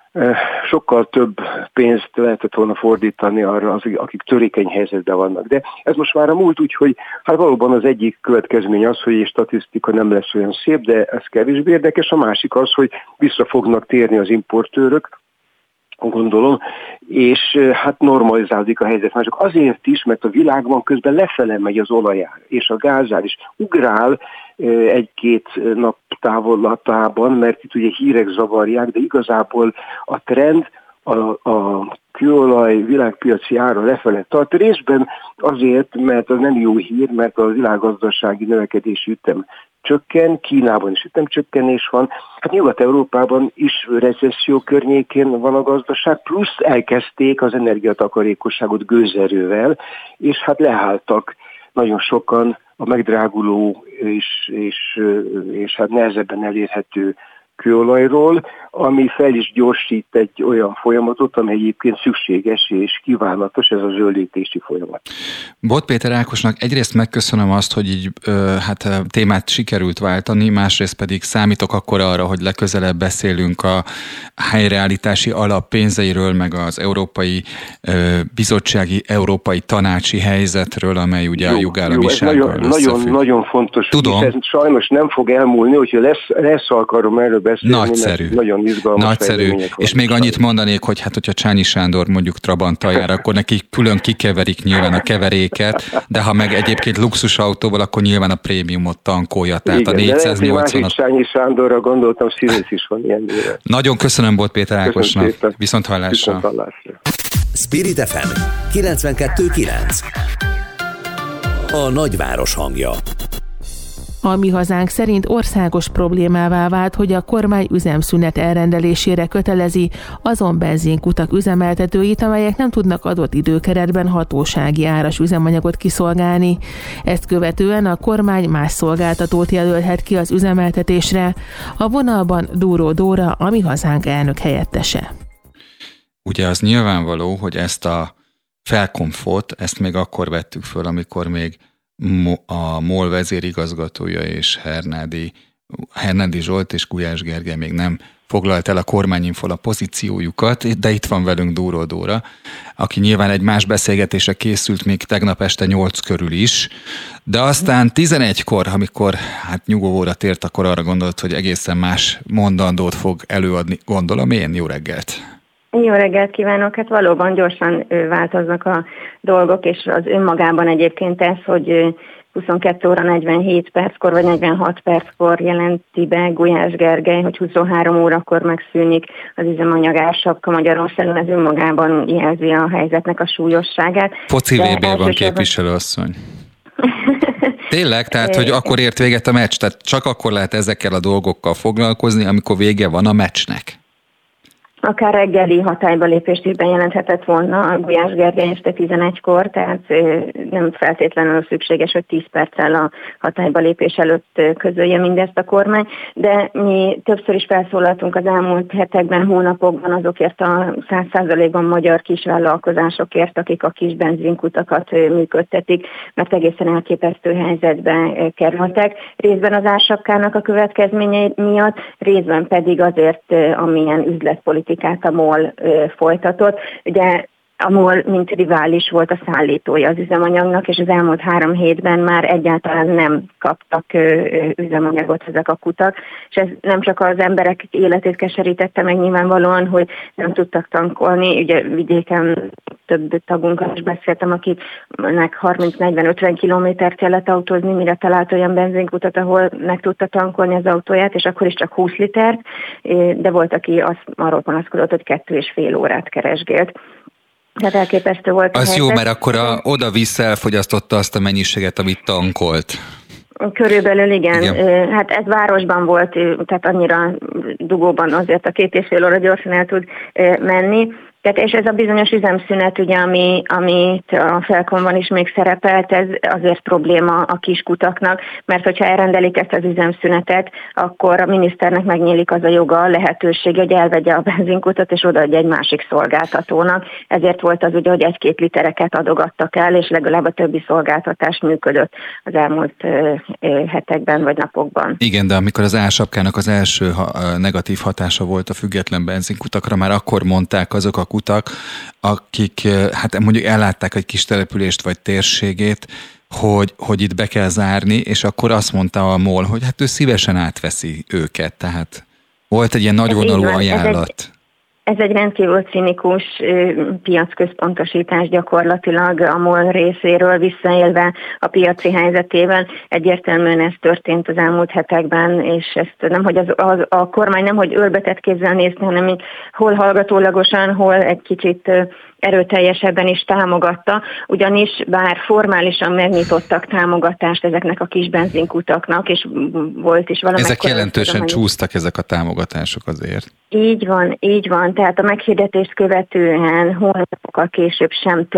sokkal több pénzt lehetett volna fordítani arra, akik törékeny helyzetben vannak. De ez most már a múlt, úgyhogy hát valóban az egyik következmény az, hogy egy statisztika nem lesz olyan szép, de ez kevésbé érdekes. A másik az, hogy vissza fognak térni az importőrök, gondolom, és hát normalizálódik a helyzet. Már csak azért is, mert a világban közben lefele megy az olajár, és a gázár is ugrál egy-két nap távollatában, mert itt ugye hírek zavarják, de igazából a trend a kőolaj világpiaci ára lefele tart. Részben azért, mert az nem jó hír, mert a világgazdasági növekedési ütem csökken, Kínában is ütemcsökkenés van, hát Nyugat-Európában is recesszió környékén van a gazdaság, plusz elkezdték az energiatakarékosságot gőzerővel, és hát leálltak nagyon sokan a megdráguló és hát nehezebben elérhető kőolajról, ami fel is gyorsít egy olyan folyamatot, ami egyébként szükséges és kívánatos, ez a zöldítési folyamat. Bot Péter Ákosnak egyrészt megköszönöm azt, hogy így témát sikerült váltani, másrészt pedig számítok akkor arra, hogy legközelebb beszélünk a helyreállítási alap pénzeiről, meg az Európai Bizottsági Európai Tanácsi helyzetről, amely ugye a jogállamisággal összefügg. Nagyon fontos. Tudom. Ez sajnos nem fog elmúlni, hogyha lesz alkalom erről beszélni. Nagyszerű. Nagyon izgalmas. Nagyszerű. És még annyit mondanék, hogy hát, hogyha Csányi Sándor mondjuk Trabanttal jár, akkor neki külön kikeverik nyilván a keveréket, de ha meg egyébként luxusautóval, akkor nyilván a prémiumot tankolja. Tehát igen, a 480. Csányi Sándorra gondoltam, színész is van ilyen mire. Nagyon köszönöm Bot Péter Ákosnak. Viszonthallásra. Spirit FM 92.9. A nagyváros hangja. A Mi Hazánk szerint országos problémává vált, hogy a kormány üzemszünet elrendelésére kötelezi azon benzinkutak üzemeltetőit, amelyek nem tudnak adott időkeretben hatósági áras üzemanyagot kiszolgálni. Ezt követően a kormány más szolgáltatót jelölhet ki az üzemeltetésre. A vonalban Dúró Dóra, a Mi Hazánk elnök helyettese. Ugye az nyilvánvaló, hogy ezt a felkonfot, ezt még akkor vettük föl, amikor még a MOL vezérigazgatója és Hernádi Zsolt és Gulyás Gergely még nem foglalt el a kormányinfon a pozíciójukat, de itt van velünk Dúró Dóra, aki nyilván egy más beszélgetésre készült még tegnap este 8 körül is, de aztán 11-kor, amikor hát nyugovóra tért, akkor arra gondolt, hogy egészen más mondandót fog előadni. Gondolom én, jó reggelt! Jó reggelt kívánok! Hát valóban gyorsan változnak a dolgok, és az önmagában egyébként ez, hogy 22 óra 47 perckor vagy 46 perckor jelenti be Gulyás Gergely, hogy 23 órakor megszűnik az üzemanyag ársapka Magyarországon, ez önmagában jelzi a helyzetnek a súlyosságát. Foci VB-ban képviselőasszony. Tényleg? Tehát, hogy akkor ért véget a meccs? Tehát csak akkor lehet ezekkel a dolgokkal foglalkozni, amikor vége van a meccsnek? Akár reggeli hatályba lépést is bejelenthetett volna a Gulyás Gergely este 11-kor, tehát nem feltétlenül szükséges, hogy 10 perccel a hatályba lépés előtt közölje mindezt a kormány, de mi többször is felszólaltunk az elmúlt hetekben, hónapokban azokért a 100%-ban magyar kisvállalkozásokért, akik a kis benzinkutakat működtetik, mert egészen elképesztő helyzetbe kerültek. Részben az ársapkának a következményei miatt, részben pedig azért, amilyen üzletpolitikát a MOL folytatott. Ugye a MOL mint rivális volt a szállítója az üzemanyagnak, és az elmúlt 3 hétben már egyáltalán nem kaptak üzemanyagot ezek a kutak, és ez nem csak az emberek életét keserítette meg nyilvánvalóan, hogy nem tudtak tankolni, ugye vidéken több tagунkkal is beszéltem, akiknek 30-40-50 kilométert kellett autózni, mire talált olyan benzinkutat, ahol meg tudta tankolni az autóját, és akkor is csak 20 litert, de volt, aki arról panaszkodott, hogy 2,5 órát keresgélt. Tehát elképesztő volt a az helyzet. jó, mert akkor oda-vissza elfogyasztotta azt a mennyiséget, amit tankolt. Körülbelül igen. Hát ez városban volt, tehát annyira dugóban azért a 2,5 óra gyorsan el tud menni. Tehát és ez a bizonyos üzemszünet, ugye, amit a Felkonban is még szerepelt, ez azért probléma a kiskutaknak, mert hogyha elrendelik ezt az üzemszünetet, akkor a miniszternek megnyílik az a joga, a lehetőség, hogy elvegye a benzinkutat és odaadja egy másik szolgáltatónak. Ezért volt az ugye, hogy 1-2 litereket adogattak el, és legalább a többi szolgáltatás működött az elmúlt hetekben vagy napokban. Igen, de amikor az ársapkának az első negatív hatása volt a független benzinkutakra, már akkor mondták azok a kutak, akik hát mondjuk ellátták egy kis települést vagy térségét, hogy itt be kell zárni, és akkor azt mondta a MOL, hogy hát ő szívesen átveszi őket, tehát volt egy ilyen nagyvonalú ajánlat. Ez egy rendkívül cinikus piacközpontosítás gyakorlatilag a MOL részéről, visszaélve a piaci helyzetében. Egyértelműen ez történt az elmúlt hetekben, és ezt nem, hogy a kormány nem, hogy ölbetett kézzel nézni, hanem hol hallgatólagosan, hol egy kicsit erőteljesebben is támogatta, ugyanis bár formálisan megnyitottak támogatást ezeknek a kis benzinkutaknak, és volt is valamelyik. Ezek jelentősen csúsztak ezek a támogatások azért. Így van. Tehát a meghirdetést követően hónapokkal később sem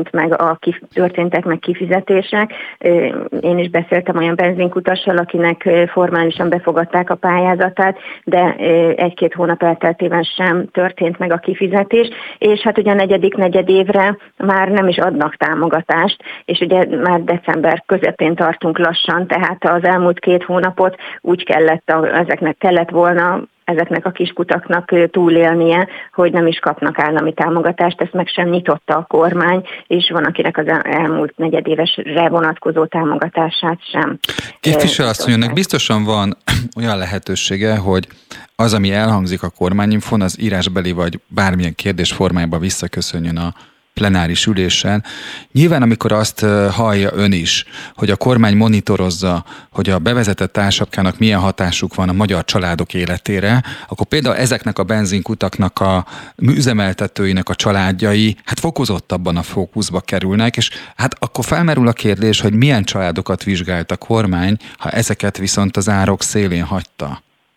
történtek meg kifizetések. Én is beszéltem olyan benzinkutassal, akinek formálisan befogadták a pályázatát, de 1-2 hónap elteltében sem történt meg a kifizetés, és hát ugye a negyedévre már nem is adnak támogatást, és ugye már december közepén tartunk lassan, tehát az elmúlt 2 hónapot úgy kellett volna ezeknek a kiskutaknak túlélnie, hogy nem is kapnak állami támogatást, ezt meg sem nyitotta a kormány, és van, akinek az elmúlt negyedévesre vonatkozó támogatását sem. Képviselőasszonynak biztosan van olyan lehetősége, hogy az, ami elhangzik a kormányinfon, az írásbeli vagy bármilyen kérdés formájában visszaköszönjön a plenáris ülésen. Nyilván, amikor azt hallja ön is, hogy a kormány monitorozza, hogy a bevezetett ársapkának milyen hatásuk van a magyar családok életére, akkor például ezeknek a benzinkutaknak a üzemeltetőinek a családjai hát fokozottabban a fókuszba kerülnek, és hát akkor felmerül a kérdés, hogy milyen családokat vizsgált a kormány, ha ezeket viszont az árok szélén hagyta.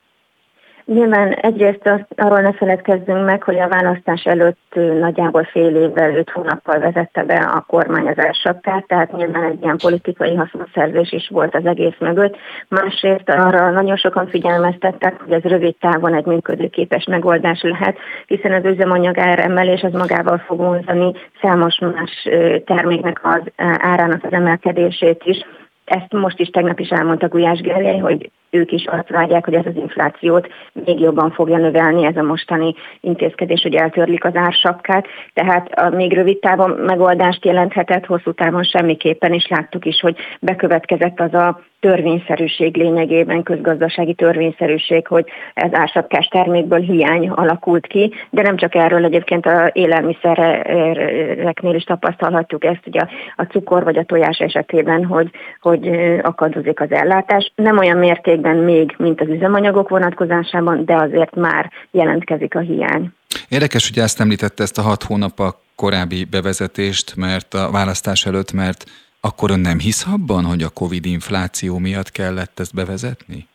Nyilván egyrészt arról ne feledkezzünk meg, hogy a választás előtt nagyjából fél évvel, 5 hónappal vezette be a kormány az ársapkát, tehát nyilván egy ilyen politikai haszonszerzés is volt az egész mögött. Másrészt arra nagyon sokan figyelmeztettek, hogy ez rövid távon egy működőképes megoldás lehet, hiszen az üzemanyag áremelés az magával fog vonzani számos más terméknek az árának az emelkedését is. Ezt most is, tegnap is elmondta Gulyás Gergely, hogy ők is azt várják, hogy ez az inflációt még jobban fogja növelni ez a mostani intézkedés, hogy eltörlik az ársapkát. Tehát még rövid távon megoldást jelenthetett, hosszú távon semmiképpen, és láttuk is, hogy bekövetkezett az a törvényszerűség lényegében, közgazdasági törvényszerűség, hogy ez ársapkás termékből hiány alakult ki, de nem csak erről, egyébként az élelmiszereknél is tapasztalhatjuk ezt, ugye a cukor vagy a tojás esetében, hogy akadozik az ellátás. Nem olyan mértékben még, mint az üzemanyagok vonatkozásában, de azért már jelentkezik a hiány. Érdekes, hogy ezt említette, ezt a 6 hónappal korábbi bevezetést, mert a választás előtt, mert akkor ön nem hisz abban, hogy a Covid infláció miatt kellett ezt bevezetni?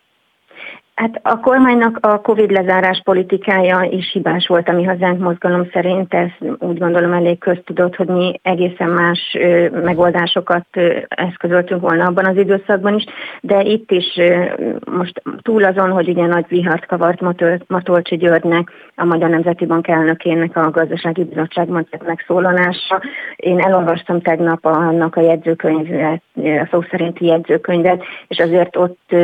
Hát a kormánynak a Covid lezárás politikája is hibás volt, a Mi Hazánk mozgalom szerint. Ez úgy gondolom elég köztudott, hogy mi egészen más megoldásokat eszközöltünk volna abban az időszakban is, de itt is most túl azon, hogy ugye nagy vihart kavart Matolcsy Györgynek, a Magyar Nemzeti Bank elnökének a Gazdasági Bizottságban tett megszólalása. Én elolvastam tegnap annak a jegyzőkönyvet, a szó szerinti jegyzőkönyvet, és azért ott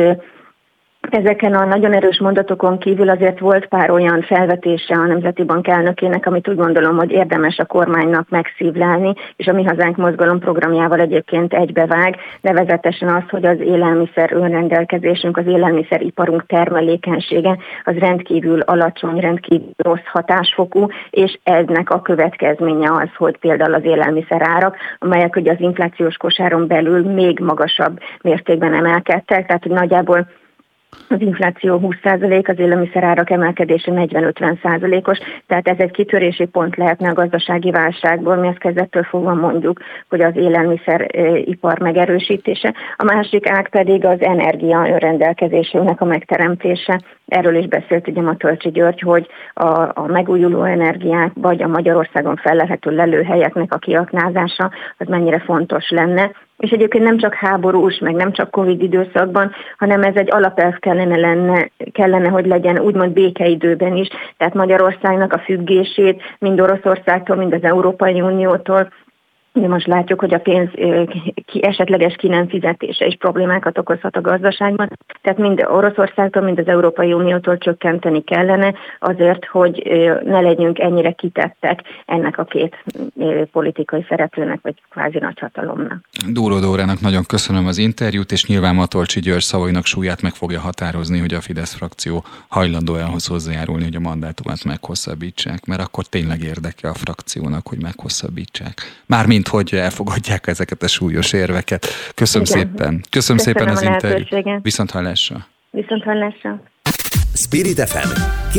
ezeken a nagyon erős mondatokon kívül azért volt pár olyan felvetése a Nemzeti Bank elnökének, amit úgy gondolom, hogy érdemes a kormánynak megszívlelni, és a Mi Hazánk mozgalom programjával egyébként egybevág, nevezetesen az, hogy az élelmiszer önrendelkezésünk, az élelmiszeriparunk termelékenysége az rendkívül alacsony, rendkívül rossz hatásfokú, és ennek a következménye az, hogy például az élelmiszer árak, amelyek ugye az inflációs kosáron belül még magasabb mértékben emelkedtek, tehát hogy nagyjából az infláció 20%, az élelmiszerárak emelkedése 40-50%-os, tehát ez egy kitörési pont lehetne a gazdasági válságból, mi ezt kezdettől fogva mondjuk, hogy az élelmiszeripar megerősítése. A másik ág pedig az energia önrendelkezésünknek a megteremtése. Erről is beszélt ugye Matolcsy György, hogy a megújuló energiák vagy a Magyarországon fellelhető lelőhelyeknek a kiaknázása az mennyire fontos lenne. És egyébként nem csak háborús, meg nem csak Covid időszakban, hanem ez egy alapelv kellene, hogy legyen úgymond békeidőben is. Tehát Magyarországnak a függését mind Oroszországtól, mind az Európai Uniótól, de most látjuk, hogy a pénz esetleges ki nem fizetése is problémákat okozhat a gazdaságban. Tehát mind Oroszországtól, mind az Európai Uniótól csökkenteni kellene azért, hogy ne legyünk ennyire kitettek ennek a két politikai szereplőnek, vagy kvázi nagyhatalomnak. Dúró Dórának nagyon köszönöm az interjút, és nyilván Matolcsy György szavainak súlyát meg fogja határozni, hogy a Fidesz frakció hajlandó ahhoz hozzájárulni, hogy a mandátumát meghosszabbítsák, mert akkor tényleg érdeke a frakciónak, hogy meghosszabbítsák. Mármint, hogy elfogadják ezeket a súlyos érveket. Köszönöm szépen. Köszönöm szépen az interjút. Viszont hallásra. Viszont hallásra. Spirit FM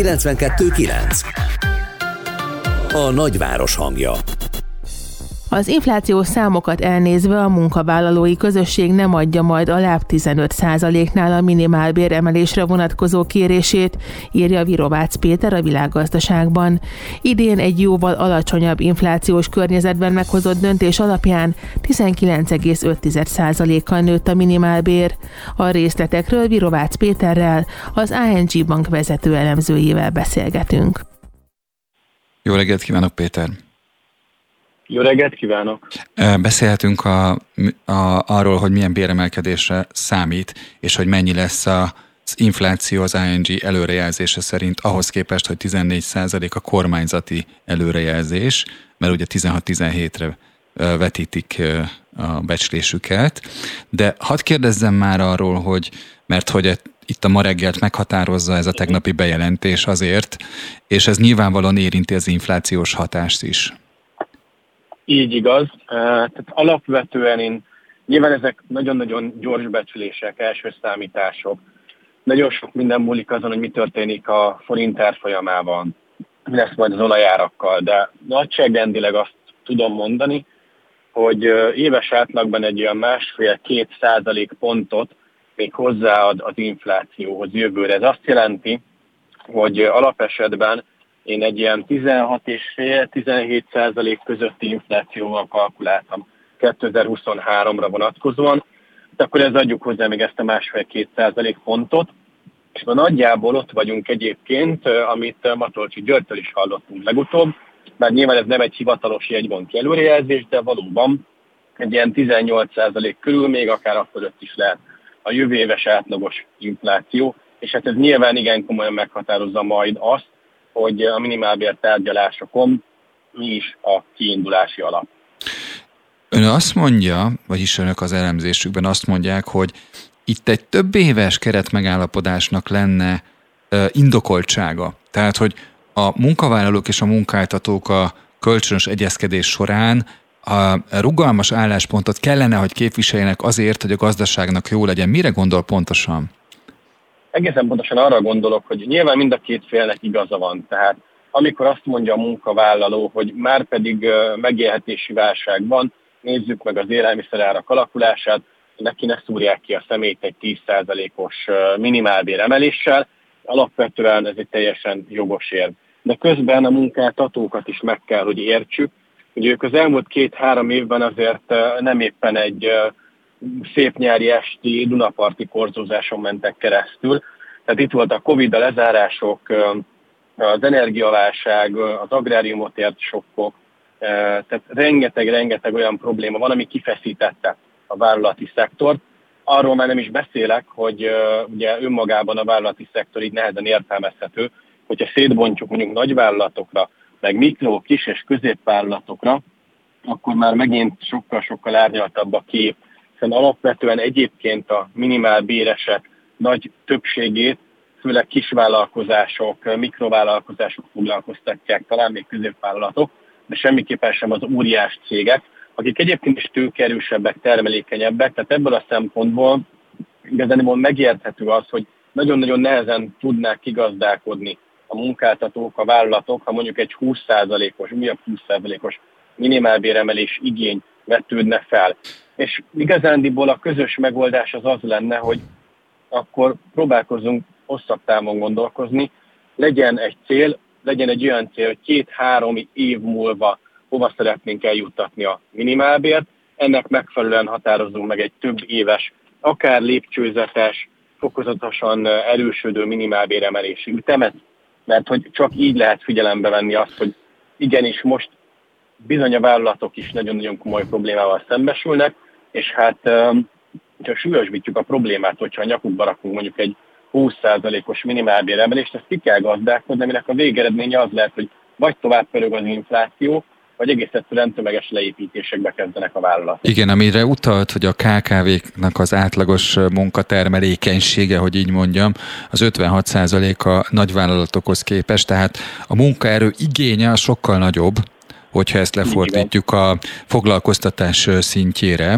92.9. A nagyváros hangja. Az inflációs számokat elnézve a munkavállalói közösség nem adja majd alább 15%-nál a minimálbér emelésre vonatkozó kérését, írja Virovácz Péter a Világgazdaságban. Idén egy jóval alacsonyabb inflációs környezetben meghozott döntés alapján 19,5%-kal nőtt a minimálbér. A részletekről Virovácz Péterrel, az ING Bank vezető elemzőjével beszélgetünk. Jó reggelt kívánok, Péter! Jó reggelt kívánok! Beszélhetünk arról, hogy milyen béremelkedésre számít, és hogy mennyi lesz az infláció az ING előrejelzése szerint, ahhoz képest, hogy 14% a kormányzati előrejelzés, mert ugye 16-17-re vetítik a becslésüket. De hadd kérdezzem már arról, mert itt a ma reggelt meghatározza ez a tegnapi bejelentés azért, és ez nyilvánvalóan érinti az inflációs hatást is. Így igaz. Tehát alapvetően nyilván ezek nagyon-nagyon gyors becslések, első számítások. Nagyon sok minden múlik azon, hogy mi történik a forint árfolyamában, mi lesz majd az olajárakkal, de nagyságrendileg azt tudom mondani, hogy éves átlagban egy olyan 1,5-2% pontot még hozzáad az inflációhoz jövőre. Ez azt jelenti, hogy alapesetben én egy ilyen 16,5-17% közötti inflációval kalkuláltam 2023-ra vonatkozóan, de akkor ez adjuk hozzá még ezt a 1,5-2% pontot, és nagyjából ott vagyunk egyébként, amit Matolcsy Györgytől is hallottunk legutóbb, mert nyilván ez nem egy hivatalos jegybanki előrejelzés, de valóban egy ilyen 18% körül, még akár a fölött is lehet a jövő éves átlagos infláció, és hát ez nyilván igen komolyan meghatározza majd azt, hogy a minimálbér tárgyalásokon mi is a kiindulási alap. Ön azt mondja, vagyis önök az elemzésükben azt mondják, hogy itt egy több éves keretmegállapodásnak lenne indokoltsága. Tehát, hogy a munkavállalók és a munkáltatók a kölcsönös egyezkedés során a rugalmas álláspontot kellene, hogy képviseljenek azért, hogy a gazdaságnak jó legyen. Mire gondol pontosan? Egészen pontosan arra gondolok, hogy nyilván mind a két félnek igaza van. Tehát amikor azt mondja a munkavállaló, hogy már pedig megélhetési válság van, nézzük meg az élelmiszerárak alakulását, neki ne szúrják ki a szemét egy 10%-os minimálbér emeléssel, alapvetően ez egy teljesen jogos érv. De közben a munkáltatókat is meg kell, hogy értsük, hogy ők az elmúlt 2-3 évben azért nem éppen egy szép nyári esti dunaparti korzózáson mentek keresztül. Tehát itt volt a Covid, a lezárások, az energiaválság, az agráriumot ért sokkok, tehát rengeteg olyan probléma van, ami kifeszítette a vállalati szektort. Arról már nem is beszélek, hogy ugye önmagában a vállalati szektor így nehezen értelmezhető, hogyha szétbontjuk mondjuk nagyvállalatokra, meg mikro, kis és középvállalatokra, akkor már megint sokkal árnyaltabb a kép, hiszen alapvetően egyébként a minimálbéresek nagy többségét, főleg kisvállalkozások, mikrovállalkozások foglalkoztatják, talán még középvállalatok, de semmiképpen sem az óriás cégek, akik egyébként is tőkeerősebbek, termelékenyebbek, tehát ebből a szempontból igazából megérthető az, hogy nagyon-nagyon nehezen tudnák kigazdálkodni a munkáltatók, a vállalatok, ha mondjuk egy 20%-os, újabb 20%-os minimálbéremelés igény vetődne fel. És igazándiból a közös megoldás az lenne, hogy akkor próbálkozzunk hosszabb távon gondolkozni, legyen egy cél, legyen egy olyan cél, hogy 2-3 év múlva hova szeretnénk eljuttatni a minimálbért, ennek megfelelően határozunk meg egy több éves, akár lépcsőzetes, fokozatosan erősödő minimálbéremelési ütemet, mert hogy csak így lehet figyelembe venni azt, hogy igenis most bizony a vállalatok is nagyon-nagyon komoly problémával szembesülnek, és hát ha súlyosbítjuk a problémát, hogyha a nyakukba rakunk mondjuk egy 20%-os minimálbéremelést, ezt ki kell gazdálkodni, aminek a végeredménye az lehet, hogy vagy tovább pörög az infláció, vagy egész egyszerűen tömeges leépítésekbe kezdenek a vállalatok. Igen, amire utalt, hogy a KKV-knak az átlagos munkatermelékenysége, hogy így mondjam, az 56% a nagyvállalatokhoz képest, tehát a munkaerő igénye sokkal nagyobb, hogyha ezt lefordítjuk a foglalkoztatás szintjére.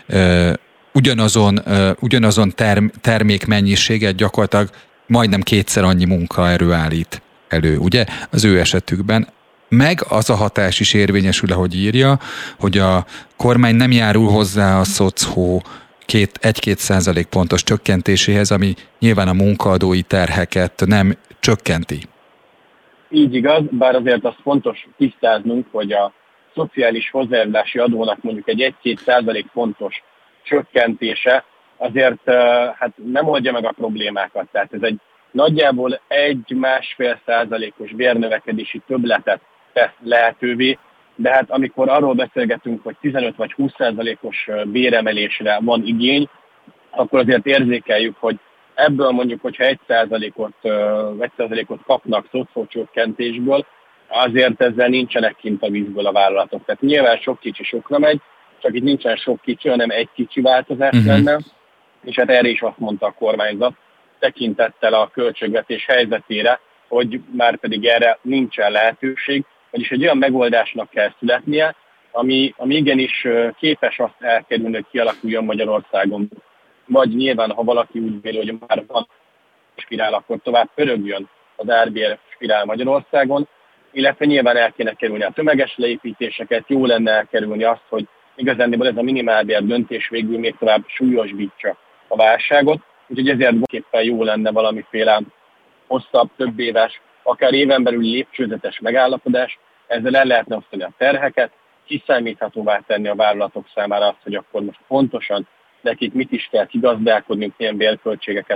Ugyanazon termékmennyiséget gyakorlatilag majdnem 2-szer annyi munkaerő állít elő, ugye? Az ő esetükben. Meg az a hatás is érvényesül, ahogy írja, hogy a kormány nem járul hozzá a szocó 1-2% pontos csökkentéséhez, ami nyilván a munkaadói terheket nem csökkenti. Így igaz, bár azért az fontos tisztáznunk, hogy a szociális hozzájárulási adónak mondjuk egy 1-2% pontos csökkentése azért hát nem oldja meg a problémákat. Tehát ez egy nagyjából 1-1,5%-os bérnövekedési többletet tesz lehetővé, de hát amikor arról beszélgetünk, hogy 15 vagy 20%-os béremelésre van igény, akkor azért érzékeljük, hogy ebből mondjuk, hogyha 1%-ot kapnak szociálcsökkentésből, azért ezzel nincsenek kint a vízből a vállalatok. Tehát nyilván sok kicsi sokra megy, csak itt nincsen sok kicsi, hanem egy kicsi változás lenne, és hát erre is azt mondta a kormányzat, tekintettel a költségvetés helyzetére, hogy már pedig erre nincsen lehetőség, vagyis egy olyan megoldásnak kell születnie, ami igenis képes azt elkerülni, hogy kialakuljon Magyarországon. Vagy nyilván, ha valaki úgy véli, hogy már van spirál, akkor tovább pörögjön az árbér spirál Magyarországon, illetve nyilván el kéne kerülni a tömeges leépítéseket, jó lenne elkerülni azt, hogy igazándiból ez a minimálbér döntés végül még tovább súlyosbítsa a válságot, úgyhogy ezért képpen jó lenne valamiféle hosszabb, több éves, akár éven belül lépcsőzetes megállapodás, ezzel el lehetne osztani a terheket, kiszámíthatóvá tenni a vállalatok számára azt, hogy akkor most pontosan nekik mit is kell kigazdálkodniuk, milyen bérköltségeket a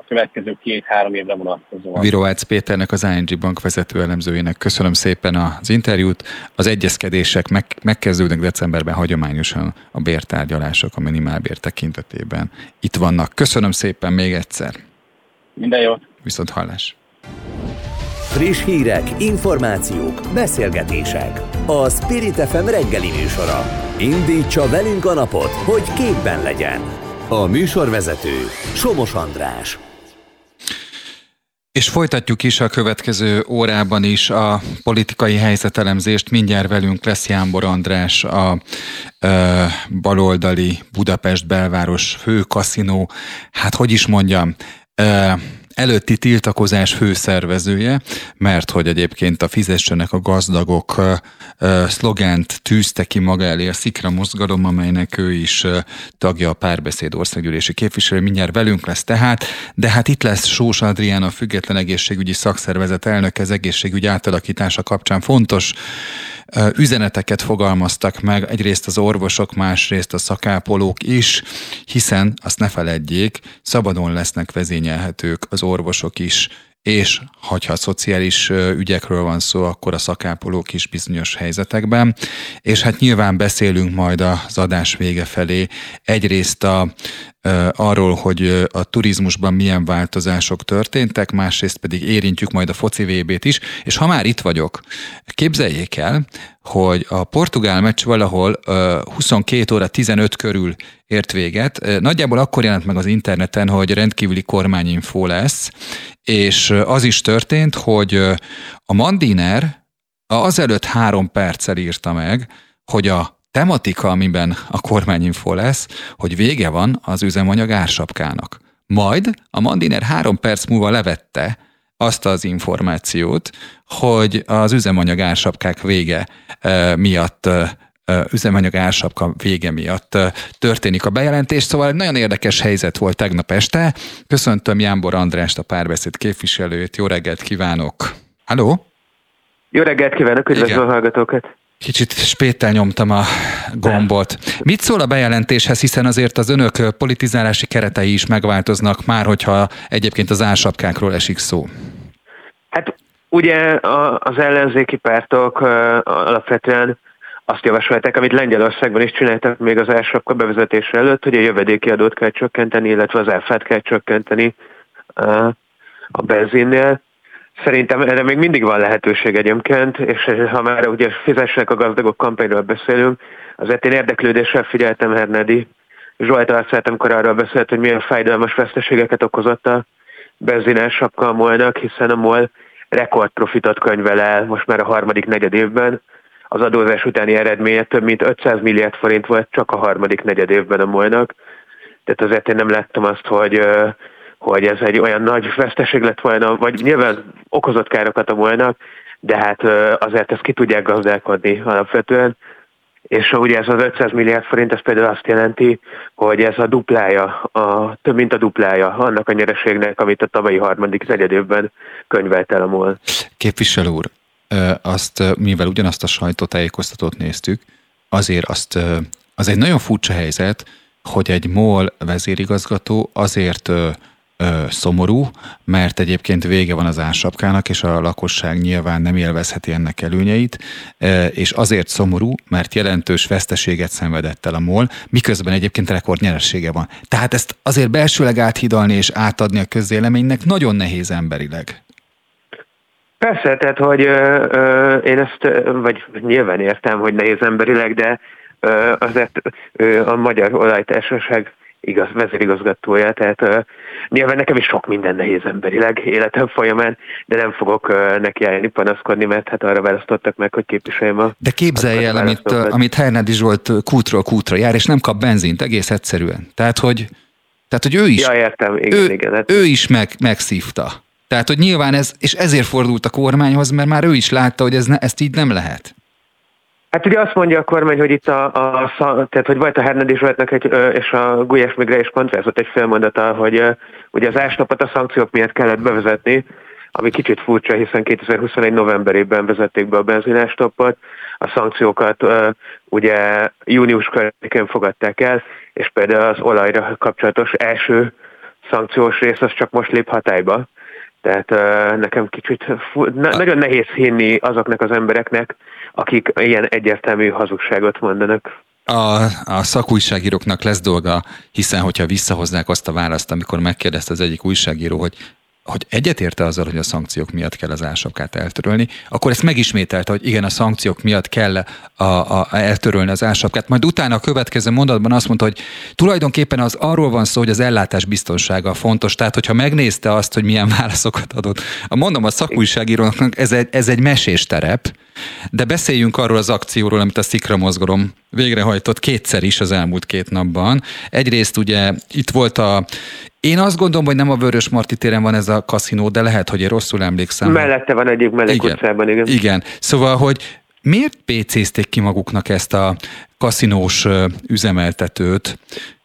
következő 2-3 évre vonatkozóan. Virovácz Péternek, az ING Bank vezető elemzőjének köszönöm szépen az interjút. Az egyezkedések megkezdődnek decemberben hagyományosan a bértárgyalások a minimálbér tekintetében. Itt vannak. Köszönöm szépen még egyszer. Minden jót. Viszont hallás. Friss hírek, információk, beszélgetések. A Spirit FM reggeli műsora. Indítsa velünk a napot, hogy képben legyen. A műsorvezető Somos András. És folytatjuk is a következő órában is a politikai helyzetelemzést. Mindjárt velünk lesz Jámbor András, a baloldali Budapest belváros főkaszinó, hát hogy is mondjam, előtti tiltakozás főszervezője, mert hogy egyébként a Fizessenek a gazdagok szlogánt tűzte ki maga elé a Szikra mozgalom, amelynek ő is tagja, a Párbeszéd országgyűlési képviselő, mindjárt velünk lesz tehát, de hát itt lesz Sós Adrián, a Független Egészségügyi Szakszervezet elnöke, az egészségügy átalakítása kapcsán fontos üzeneteket fogalmaztak meg, egyrészt az orvosok, másrészt a szakápolók is, hiszen azt ne feledjék, szabadon lesznek vezényelhetők az orvosok is, és ha szociális ügyekről van szó, akkor a szakápolók is bizonyos helyzetekben. És hát nyilván beszélünk majd az adás vége felé egyrészt arról, hogy a turizmusban milyen változások történtek, másrészt pedig érintjük majd a foci VB-t is, és ha már itt vagyok, képzeljék el, hogy a portugál meccs valahol 22 óra 15 körül ért véget. Nagyjából akkor jelent meg az interneten, hogy rendkívüli kormányinfó lesz, és az is történt, hogy a Mandiner azelőtt 3 perccel írta meg, hogy a tematika, amiben a kormányinfó lesz, hogy vége van az üzemanyag ársapkának. Majd a Mandiner 3 perc múlva levette azt az információt, hogy az üzemanyag ársapkák vége miatt, üzemanyag ársapka vége miatt történik a bejelentés, szóval egy nagyon érdekes helyzet volt tegnap este. Köszöntöm Jámbor Andrást, a Párbeszéd képviselőjét, jó reggelt kívánok! Halló? Jó reggelt kívánok, üdvözlöm a hallgatókat! Kicsit spéttel nyomtam a gombot. Mit szól a bejelentéshez, hiszen azért az önök politizálási keretei is megváltoznak már, hogyha egyébként az ársapkákról esik szó? Hát ugye az ellenzéki pártok alapvetően azt javasolták, amit Lengyelországban is csináltak még az ársapka bevezetése előtt, hogy a jövedéki adót kell csökkenteni, illetve az áfát kell csökkenteni a benzinnél. Szerintem erre még mindig van lehetőség egyébként, és ha már ugye Fizessenek a gazdagok kampányról beszélünk, azért én érdeklődéssel figyeltem Hernádi Zsolt arcát, amikor arról beszélt, hogy milyen fájdalmas veszteségeket okozott a benzinársapka a MOL-nak, hiszen a MOL rekordprofitot könyvel el most már a harmadik negyedévben. Az adózás utáni eredménye több mint 500 milliárd forint volt csak a harmadik negyedévben a MOL-nak. Tehát azért én nem láttam azt, hogy ez egy olyan nagy veszteség lett volna, vagy nyilván okozott károkat a MOL-nak, de hát azért ezt ki tudják gazdálkodni alapvetően. És ugye ez az 500 milliárd forint, ez például azt jelenti, hogy ez a duplája, több mint a duplája annak a nyereségnek, amit a tavalyi harmadik negyedévben könyvelt el a MOL. Képviselő úr, mivel ugyanazt a sajtótájékoztatót néztük, azért az egy nagyon furcsa helyzet, hogy egy MOL vezérigazgató azért szomorú, mert egyébként vége van az ársapkának, és a lakosság nyilván nem élvezheti ennek előnyeit, és azért szomorú, mert jelentős veszteséget szenvedett el a MOL, miközben egyébként rekordnyeressége van. Tehát ezt azért belsőleg áthidalni és átadni a közvéleménynek nagyon nehéz emberileg. Persze, tehát, hogy én ezt, vagy nyilván értem, hogy nehéz emberileg, de azért a Magyar Olajtársaság vezérigazgatója, tehát nyilván nekem is sok minden nehéz emberileg életem folyamán, de nem fogok neki állni panaszkodni, mert hát arra választottak meg, hogy képviseljem a... De képzelj el, amit Hernádi Zsolt kútról kútra jár, és nem kap benzint, egész egyszerűen. Tehát, hogy ő is, ja, értem. Igen, ő is megszívta. Tehát, hogy nyilván és ezért fordult a kormányhoz, mert már ő is látta, hogy ezt így nem lehet. Hát ugye azt mondja a kormány, hogy itt tehát hogy volt a Hernádi Zsoltnak és a Gulyás Migre is kontrázott egy félmondata, hogy ugye az ásnapot a szankciók miatt kellett bevezetni, ami kicsit furcsa, hiszen 2021 novemberében vezették be a benzinástopot, a szankciókat ugye június környékén fogadták el, és például az olajra kapcsolatos első szankciós rész az csak most lép hatályba. Tehát nekem kicsit nagyon nehéz hinni azoknak az embereknek, akik ilyen egyértelmű hazugságot mondanak. A szakújságíróknak lesz dolga, hiszen hogyha visszahoznák azt a választ, amikor megkérdezte az egyik újságíró, hogy egyetérte azzal, hogy a szankciók miatt kell az ársapkát eltörölni, akkor ezt megismételte, hogy igen, a szankciók miatt kell eltörölni az ársapkát. Majd utána a következő mondatban azt mondta, hogy tulajdonképpen az arról van szó, hogy az ellátás biztonsága fontos. Tehát, hogyha megnézte azt, hogy milyen válaszokat adott. Mondom, a szakújságíróknak ez egy mesés terep, de beszéljünk arról az akcióról, amit a Szikra mozgalom végrehajtott kétszer is az elmúlt 2 napban. Egyrészt ugye itt volt én azt gondolom, hogy nem a Vörösmarty téren van ez a kaszinó, de lehet, hogy én rosszul emlékszem. Mellette van egyik Mellék utcában, igen. Igen. Szóval, hogy miért PC-zték ki maguknak ezt a kaszinós üzemeltetőt?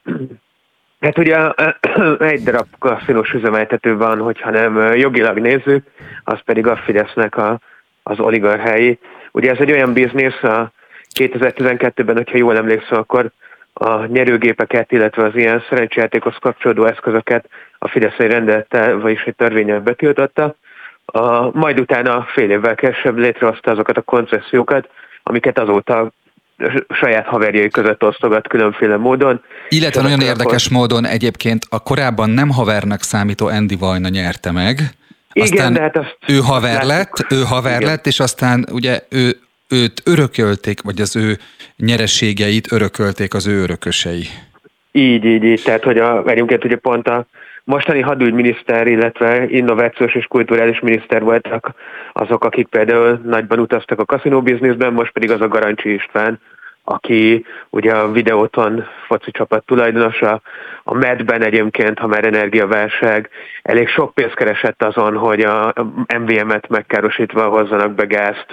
Hát ugye egy darab kaszinós üzemeltető van, hogyha nem jogilag nézzük, az pedig a Fidesznek az oligarchái. Ugye ez egy olyan biznisz, a 2012-ben, hogyha jól emlékszem, akkor a nyerőgépeket, illetve az ilyen szerencsejátékhoz kapcsolódó eszközöket a Fidesz egy rendelettel, vagyis egy törvénnyel betiltotta. Majd utána fél évvel később létrehozta azokat a koncesziókat, amiket azóta saját haverjai között osztogat különféle módon. Illetve nagyon érdekes módon egyébként a korábban nem havernak számító Andy Vajna nyerte meg. Aztán igen, de hát azt ő haver lett, és aztán ugye őt örökölték, vagy az ő nyereségeit örökölték az ő örökösei. Így. Tehát, hogy egyébként ugye pont a mostani hadügyminiszter, illetve innovációs és kulturális miniszter voltak azok, akik például nagyban utaztak a kaszinóbizniszben, most pedig az a Garancsi István, aki ugye a Videóton foci csapat tulajdonosa, a MED-ben egyébként, ha már energiaválság, elég sok pénzt keresett azon, hogy a MVM-et megkárosítva hozzanak be gázt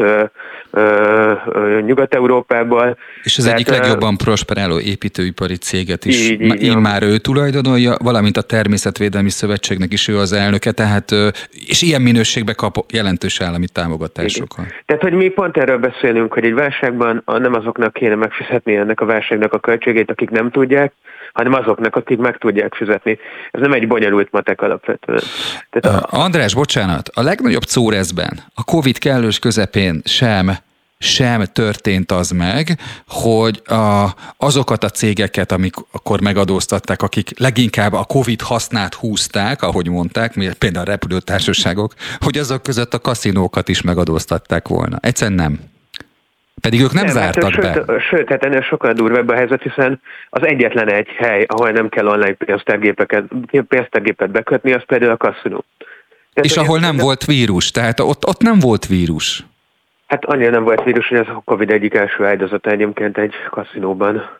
Nyugat-Európából. És az egyik legjobban prosperáló építőipari céget is már ő tulajdonolja, valamint a Természetvédelmi Szövetségnek is ő az elnöke, tehát és ilyen minőségben kap jelentős állami támogatásokat. Tehát, hogy mi pont erről beszélünk, hogy egy válságban nem azoknak kéne megfizetni ennek a válságnak a költségét, akik nem tudják, hanem azoknak, akik meg tudják fizetni. Ez nem egy bonyolult matek alapvetően. András, bocsánat, a legnagyobb córezben, a Covid kellős közepén sem történt az meg, hogy azokat a cégeket, amikor megadóztatták, akik leginkább a Covid hasznát húzták, ahogy mondták, például a repülőtársaságok, hogy azok között a kaszinókat is megadóztatták volna. Egyszerűen nem. Pedig ők nem zártak be. Sőt, hát ennél sokkal durvább a helyzet, hiszen az egyetlen egy hely, ahol nem kell online pénztárgépet bekötni, az például a kaszinó. És ahol nem volt vírus, tehát ott nem volt vírus. Hát annyira nem volt vírus, hogy az a Covid egyik első áldozata egyébként egy kaszinóban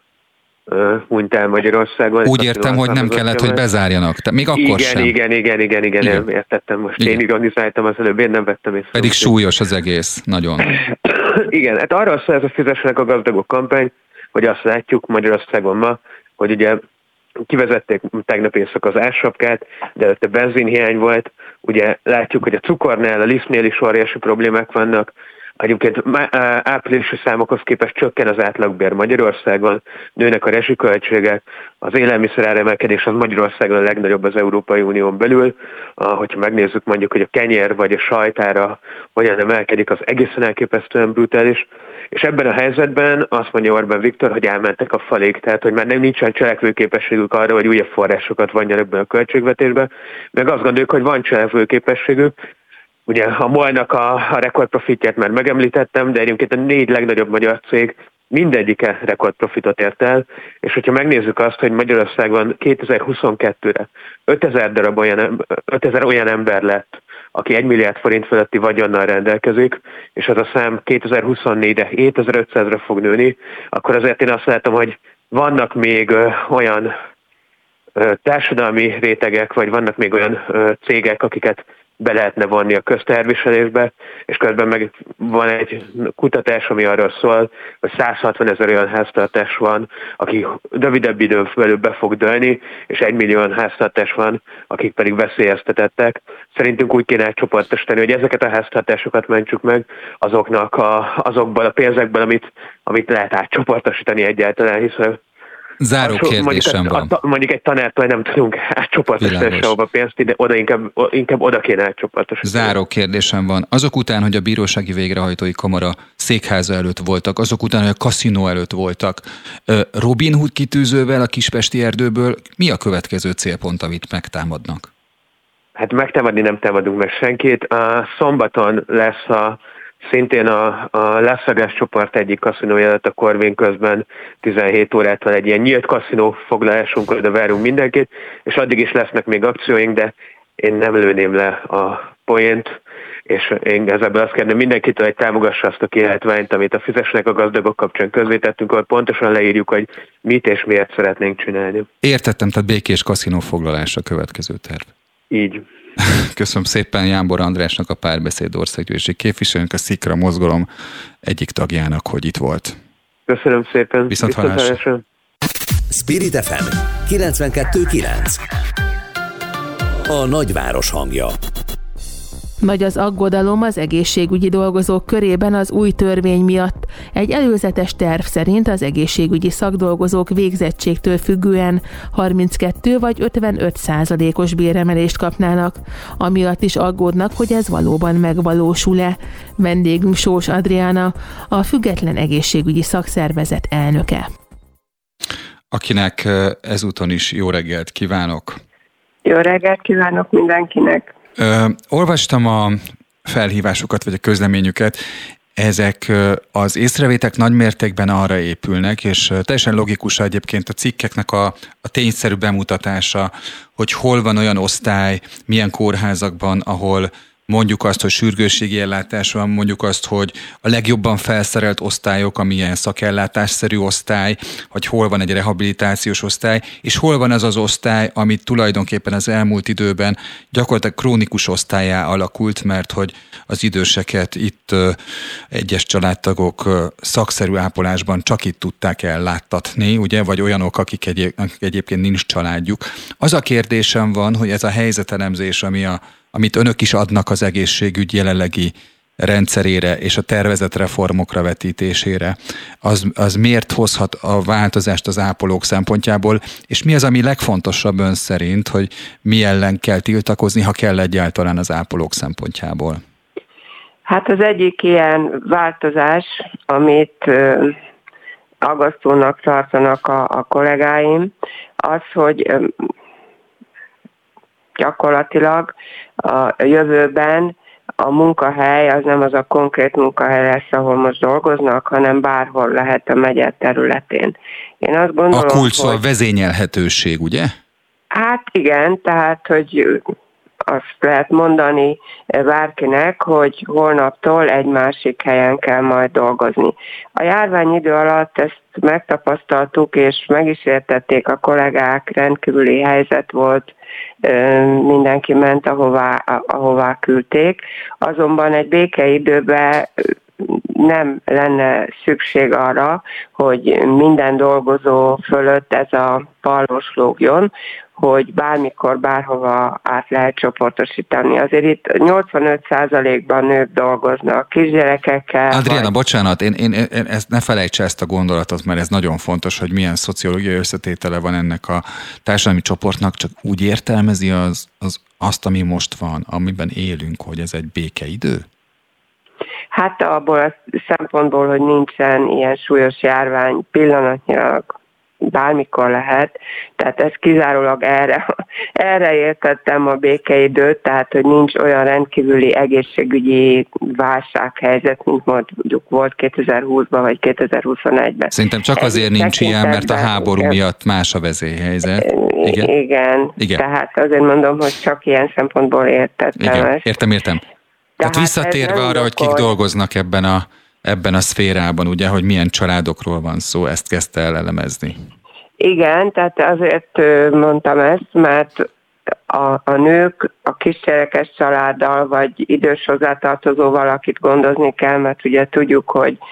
hunyt el Magyarországon. Úgy értem, hogy nem kellett, hogy bezárjanak. Még akkor sem. Igen, értettem most. Igen. Én ironizáltam az előbb, én nem vettem észre. Pedig súlyos az egész, nagyon. Igen, hát arról szól ez a Fizessenek a gazdagok kampány, hogy azt látjuk Magyarországon ma, hogy ugye kivezették tegnap éjszaka az ársapkát, de előtte benzinhiány volt, ugye látjuk, hogy a cukornál, a lisztnél is óriási problémák vannak, egyébként áprilisi számokhoz képest csökken az átlagbér Magyarországon, nőnek a rezsiköltségek, az élelmiszer áremelkedés az Magyarországon a legnagyobb az Európai Unión belül. Hogyha megnézzük mondjuk, hogy a kenyér vagy a sajtára hogyan emelkedik, az egészen elképesztően brutális. És ebben a helyzetben azt mondja Orbán Viktor, hogy elmentek a falig, tehát hogy már nem nincsen cselekvőképességük arra, hogy újabb forrásokat vonjanak be a költségvetésbe, meg azt gondoljuk, hogy van cselekvőképességük. Ugye a MOL-nak a rekordprofitját már megemlítettem, de egyébként a 4 legnagyobb magyar cég mindegyike rekordprofitot ért el, és hogyha megnézzük azt, hogy Magyarországon 2022-re 5000 olyan ember lett, aki 1 milliárd forint feletti vagyonnal rendelkezik, és az a szám 2024-re 7500-ra fog nőni, akkor azért én azt látom, hogy vannak még olyan társadalmi rétegek, vagy vannak még olyan cégek, akiket be lehetne vonni a közteherviselésbe, és közben meg van egy kutatás, ami arról szól, hogy 160 000 olyan háztartás van, aki rövidebb időn belül be fog dőlni, és 1 millió olyan háztartás van, akik pedig veszélyeztetettek. Szerintünk úgy kéne csoportosítani, hogy ezeket a háztartásokat mentsük meg azokból a pénzekből, amit lehet átcsoportosítani egyáltalán, hiszen Záró kérdésem van. Mondjuk egy tanártól nem tudunk átcsoportosítani sehova pénzt, de inkább oda kéne átcsoportosítani. Záró kérdésem van. Azok után, hogy a Bírósági Végrehajtói Kamara székháza előtt voltak, azok után, hogy a kaszinó előtt voltak, Robin Hood kitűzővel a kispesti erdőből mi a következő célpont, amit megtámadnak? Hát megtámadni nem támadunk meg senkit. A szombaton lesz szintén a Las Vegas csoport egyik kaszinója előtt a Corvin közben 17 órától egy ilyen nyílt kaszinó foglalásunk, oda várunk mindenkit, és addig is lesznek még akcióink, de én nem lőném le a poént, és én ebből azt kérném mindenkitől, hogy támogassa azt a kiáltványt, amit a Fizessenek a gazdagok kapcsán közzétettünk, ahol pontosan leírjuk, hogy mit és miért szeretnénk csinálni. Értettem, tehát békés kaszinó foglalásra következő terv. Így. Köszönöm szépen Jámbor Andrásnak, a Párbeszéd országgyűlési képviselőnek, a Szikra mozgalom egyik tagjának, hogy itt volt. Köszönöm szépen. Viszonthallásra. Spirit FM 92.9. A nagyváros hangja. Nagy az aggodalom az egészségügyi dolgozók körében az új törvény miatt. Egy előzetes terv szerint az egészségügyi szakdolgozók végzettségtől függően 32 vagy 55%-os béremelést kapnának. Amiatt is aggódnak, hogy ez valóban megvalósul-e. Vendégünk Sós Adriána, a Független Egészségügyi Szakszervezet elnöke. Akinek ezúton is jó reggelt kívánok! Jó reggelt kívánok mindenkinek! Olvastam a felhívásokat, vagy a közleményüket, ezek az észrevétek nagy mértékben arra épülnek, és teljesen logikus egyébként a cikkeknek a tényszerű bemutatása, hogy hol van olyan osztály, milyen kórházakban, ahol mondjuk azt, hogy sürgősségi ellátás van, mondjuk azt, hogy a legjobban felszerelt osztályok, amilyen szakellátásszerű osztály, hogy hol van egy rehabilitációs osztály, és hol van az az osztály, amit tulajdonképpen az elmúlt időben gyakorlatilag krónikus osztállyá alakult, mert hogy az időseket itt egyes családtagok szakszerű ápolásban csak itt tudták elláttatni, ugye, vagy olyanok, akik egyébként nincs családjuk. Az a kérdésem van, hogy ez a helyzetelemzés, amit önök is adnak az egészségügy jelenlegi rendszerére és a tervezett reformokra vetítésére, az miért hozhat a változást az ápolók szempontjából, és mi az, ami legfontosabb ön szerint, hogy mi ellen kell tiltakozni, ha kell egyáltalán az ápolók szempontjából? Hát az egyik ilyen változás, amit aggasztónak tartanak a kollégáim, az, hogy gyakorlatilag a jövőben a munkahely az nem az a konkrét munkahely lesz, ahol most dolgoznak, hanem bárhol lehet a megye területén. Én azt gondolom, a kulcs a vezényelhetőség, ugye? Hát igen, tehát, hogy azt lehet mondani bárkinek, hogy holnaptól egy másik helyen kell majd dolgozni. A járványidő alatt ezt megtapasztaltuk, és meg is értették a kollégák, rendkívüli helyzet volt, mindenki ment, ahová küldték. Azonban egy békeidőben nem lenne szükség arra, hogy minden dolgozó fölött ez a pallós lógjon, hogy bármikor, bárhova át lehet csoportosítani. Azért itt 85%-ban nők dolgoznak, kisgyerekekkel. Adriana, bocsánat, én ezt ne felejtse ezt a gondolatot, mert ez nagyon fontos, hogy milyen szociológiai összetétele van ennek a társadalmi csoportnak, csak úgy értelmezi azt, ami most van, amiben élünk, hogy ez egy békeidő? Hát abból a szempontból, hogy nincsen ilyen súlyos járvány, pillanatnyilag bármikor lehet, tehát ez kizárólag erre értettem a békeidőt, tehát hogy nincs olyan rendkívüli egészségügyi válsághelyzet, mint mondjuk volt 2020-ban vagy 2021-ben. Szerintem csak azért nincs ilyen, mert a háború miatt más a vezélyhelyzet. Igen, tehát azért mondom, hogy csak ilyen szempontból értettem ezt. Értem. Tehát visszatérve arra, hogy kik dolgoznak ebben a szférában, ugye, hogy milyen családokról van szó, ezt kezdte el elemezni. Igen, tehát azért mondtam ezt, mert a nők a kisgyerekes családdal, vagy idős hozzátartozóval, akit gondozni kell, mert ugye tudjuk, hogy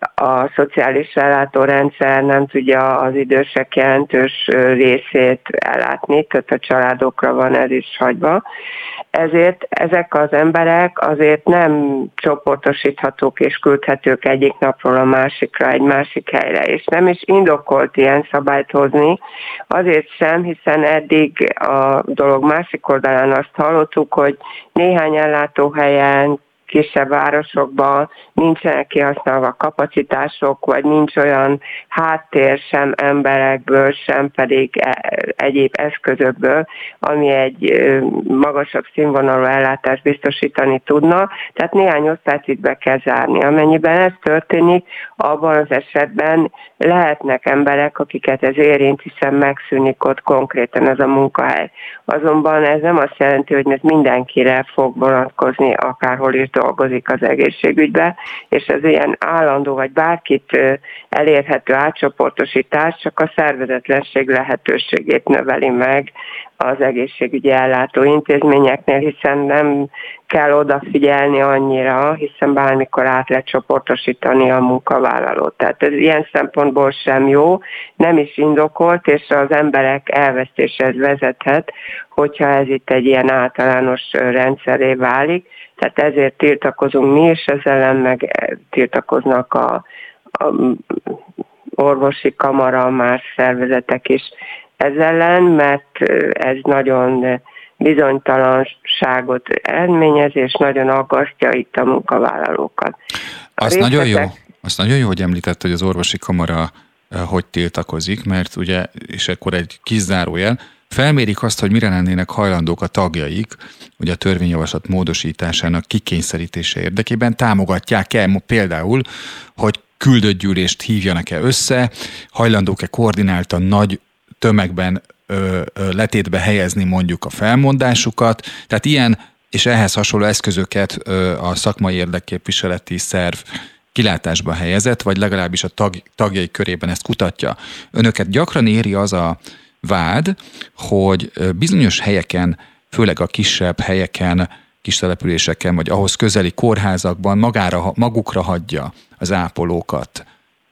a szociális ellátórendszer nem tudja az idősek jelentős részét ellátni, tehát a családokra van ez is hagyva. Ezért ezek az emberek azért nem csoportosíthatók és küldhetők egyik napról a másikra, egy másik helyre, és nem is indokolt ilyen szabályt hozni, azért sem, hiszen eddig a dolog másik oldalán azt hallottuk, hogy néhány ellátóhelyen, kisebb városokban nincsenek kihasználva kapacitások, vagy nincs olyan háttér sem emberekből, sem pedig egyéb eszközökből, ami egy magasabb színvonalú ellátást biztosítani tudna. Tehát néhány osztályt itt be kell zárni. Amennyiben ez történik, abban az esetben lehetnek emberek, akiket ez érint, hiszen megszűnik ott konkrétan ez a munkahely. Azonban ez nem azt jelenti, hogy ez mindenkire fog vonatkozni, akárhol is dolgozik az egészségügyben, és ez ilyen állandó vagy bárkit elérhető átcsoportosítás csak a szervezetlenség lehetőségét növeli meg az egészségügyi ellátó intézményeknél, hiszen nem kell odafigyelni annyira, hiszen bármikor át lehet csoportosítani a munkavállalót. Tehát ez ilyen szempontból sem jó, nem is indokolt, és az emberek elvesztéshez vezethet, hogyha ez itt egy ilyen általános rendszeré válik. Tehát ezért tiltakozunk mi, és ezzel ellen meg tiltakoznak a orvosi kamara, más szervezetek is ez ellen, mert ez nagyon bizonytalanságot eredményez, és nagyon aggasztja itt a munkavállalókat. Azt nagyon jó, hogy említett, hogy az orvosi kamara hogy tiltakozik, mert ugye, és akkor egy kis zárójel, felmérik azt, hogy mire lennének hajlandók a tagjaik, ugye a törvényjavaslat módosításának kikényszerítése érdekében, támogatják-e például, hogy küldött gyűlést hívjanak-e össze, hajlandók-e koordináltan nagy tömegben letétbe helyezni mondjuk a felmondásukat, tehát ilyen és ehhez hasonló eszközöket a szakmai érdekképviseleti szerv kilátásba helyezett, vagy legalábbis a tagjai körében ezt kutatja. Önöket gyakran éri az a vád, hogy bizonyos helyeken, főleg a kisebb helyeken, kis településeken, vagy ahhoz közeli kórházakban magukra hagyja az ápolókat.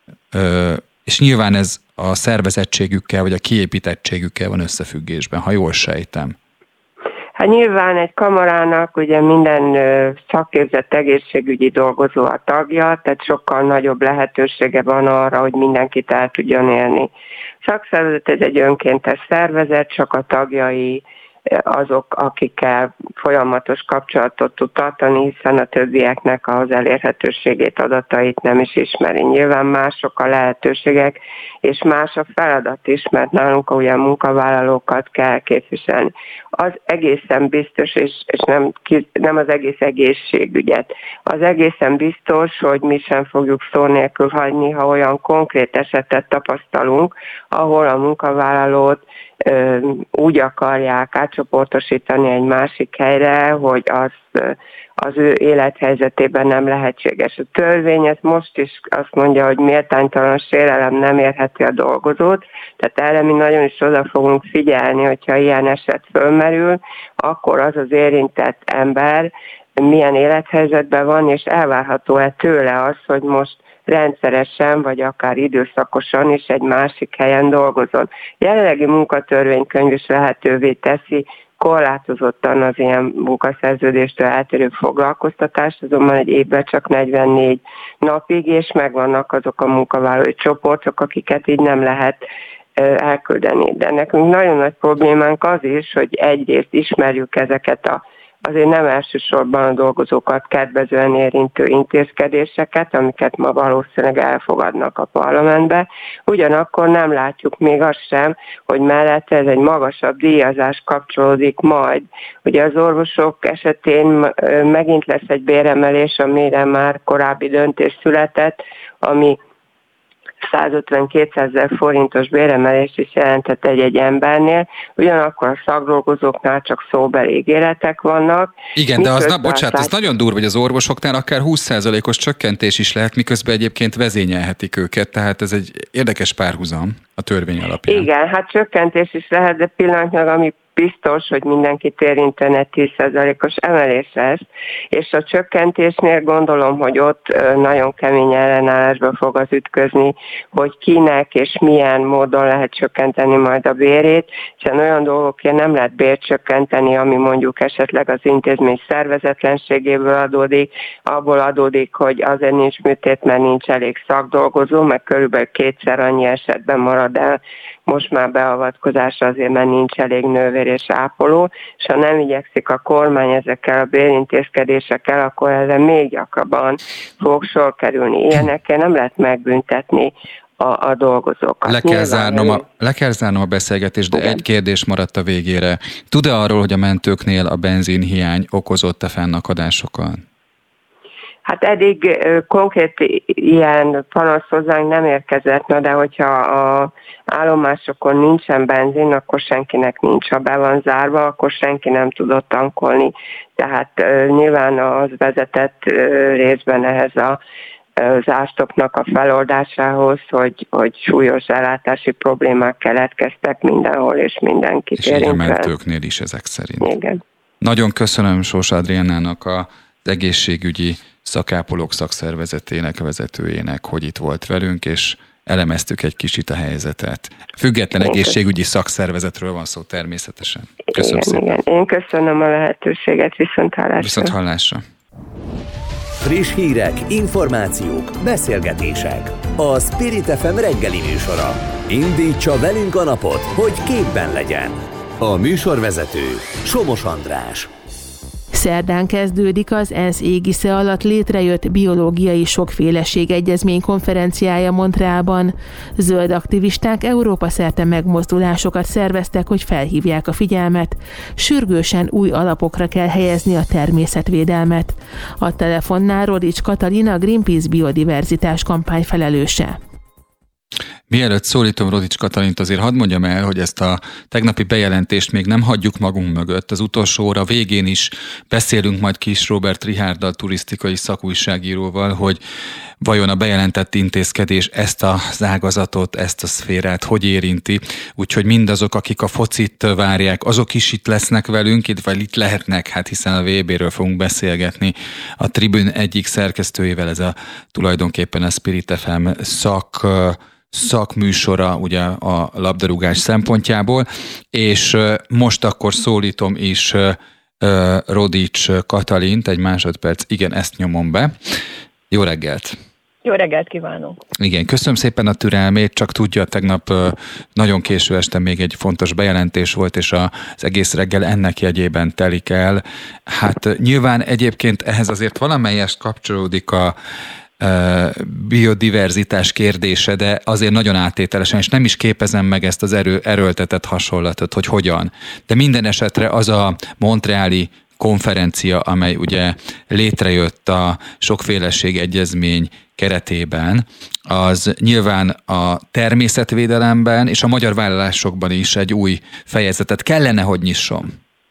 És nyilván ez a szervezettségükkel, vagy a kiépítettségükkel van összefüggésben, ha jól sejtem. Hát nyilván egy kamarának ugye minden szakképzett egészségügyi dolgozó a tagja, tehát sokkal nagyobb lehetősége van arra, hogy mindenkit el tudjon élni. Szakszervezet ez egy önkéntes szervezet, csak a tagjai azok, akikkel folyamatos kapcsolatot tud tartani, hiszen a többieknek az elérhetőségét, adatait nem is ismeri. Nyilván mások a lehetőségek, és más a feladat is, mert nálunk olyan munkavállalókat kell képviselni. Az egészen biztos, és nem az egész egészségügyet. Az egészen biztos, hogy mi sem fogjuk szó nélkül hagyni, ha olyan konkrét esetet tapasztalunk, ahol a munkavállalót úgy akarják átcsoportosítani egy másik helyre, hogy az ő élethelyzetében nem lehetséges. A törvény ez most is azt mondja, hogy méltánytalan sérelem nem érheti a dolgozót, tehát erre mi nagyon is oda fogunk figyelni, hogyha ilyen eset fölmerül, akkor az az érintett ember milyen élethelyzetben van, és elvárható-e tőle az, hogy most rendszeresen, vagy akár időszakosan is egy másik helyen dolgozon. Jelenlegi munkatörvénykönyv is lehetővé teszi korlátozottan az ilyen munkaszerződéstől eltérő foglalkoztatást, azonban egy évben csak 44 napig, és megvannak azok a munkavállalói csoportok, akiket így nem lehet elküldeni. De nekünk nagyon nagy problémánk az is, hogy egyrészt ismerjük ezeket azért nem elsősorban a dolgozókat kedvezően érintő intézkedéseket, amiket ma valószínűleg elfogadnak a parlamentbe. Ugyanakkor nem látjuk még azt sem, hogy mellette ez egy magasabb díjazás kapcsolódik majd. Ugye az orvosok esetén megint lesz egy béremelés, amire már korábbi döntés született, ami 150-200 forintos béremelést is jelentett egy embernél, ugyanakkor a szakdolgozóknál csak szóbeli ígéretek vannak. Igen, de az nagyon durva, hogy az orvosoknál akár 20%-os csökkentés is lehet, miközben egyébként vezényelhetik őket, tehát ez egy érdekes párhuzam a törvény alapján. Igen, hát csökkentés is lehet, de pillanatnyilag ami biztos, hogy mindenkit érintően egy 10%-os emelés lesz, és a csökkentésnél gondolom, hogy ott nagyon kemény ellenállásba fog az ütközni, hogy kinek és milyen módon lehet csökkenteni majd a bérét, hiszen olyan dolgokért nem lehet bért csökkenteni, ami mondjuk esetleg az intézmény szervezetlenségéből adódik, abból adódik, hogy azért nincs műtét, mert nincs elég szakdolgozó, meg körülbelül 2-szer annyi esetben marad el most már beavatkozásra azért, mert nincs elég nővér és ápoló, és ha nem igyekszik a kormány ezekkel a bérintézkedésekkel, akkor erre még gyakrabban fog sor kerülni. Ilyenekkel nem lehet megbüntetni a dolgozókat. Le kell zárnom a beszélgetést, de igen. Egy kérdés maradt a végére. Tud-e arról, hogy a mentőknél a benzinhiány okozott-e fennakadásokat? Hát eddig konkrét ilyen panasz hozzánk nem érkezett, de hogyha a állomásokon nincsen benzin, akkor senkinek nincs. Ha be van zárva, akkor senki nem tudott tankolni. Tehát nyilván az vezetett részben ehhez az ástoknak a feloldásához, hogy súlyos ellátási problémák keletkeztek mindenhol, és mindenkit érintve. És a mentőknél is ezek szerint. Igen. Nagyon köszönöm Sós Adriánának, az egészségügyi szakápolók szakszervezetének vezetőjének, hogy itt volt velünk, és elemeztük egy kicsit a helyzetet. Független egészségügyi szakszervezetről van szó természetesen. Köszönöm szépen. Igen. Én köszönöm a lehetőséget, viszonthallásra. Viszonthallásra. Friss hírek, információk, beszélgetések. A Spirit FM reggeli műsora. Indítsa velünk a napot, hogy képben legyen. A műsorvezető Somos András. Szerdán kezdődik az ENSZ égisze alatt létrejött biológiai sokféleség egyezmény konferenciája Montrealban. Zöld aktivisták Európa szerte megmozdulásokat szerveztek, hogy felhívják a figyelmet. Sürgősen új alapokra kell helyezni a természetvédelmet. A telefonnál Rodics Katalin, a Greenpeace biodiverzitás kampány felelőse. Mielőtt szólítom Rodics Katalint, azért hadd mondjam el, hogy ezt a tegnapi bejelentést még nem hagyjuk magunk mögött. Az utolsó óra végén is beszélünk majd Kis Róbert Richárddal, turisztikai szakújságíróval, hogy vajon a bejelentett intézkedés ezt az ágazatot, ezt a szférát hogy érinti. Úgyhogy mindazok, akik a focit várják, azok is itt lesznek velünk, vagy itt lehetnek, hát hiszen a VB-ről fogunk beszélgetni. A Tribün egyik szerkesztőjével, ez a tulajdonképpen a Spirit FM szakműsora ugye a labdarúgás szempontjából, és most akkor szólítom is Rodics Katalint, egy másodperc, igen, ezt nyomom be. Jó reggelt! Jó reggelt kívánok! Igen, köszönöm szépen a türelmét, csak tudja, tegnap nagyon késő este még egy fontos bejelentés volt, és az egész reggel ennek jegyében telik el. Hát nyilván egyébként ehhez azért valamelyest kapcsolódik a biodiverzitás kérdése, de azért nagyon áttételesen, és nem is képezem meg ezt az erőltetett hasonlatot, hogy hogyan. De minden esetre az a montreali konferencia, amely ugye létrejött a sokféleség egyezmény keretében, az nyilván a természetvédelemben és a magyar vállalásokban is egy új fejezetet kellene, hogy nyisson.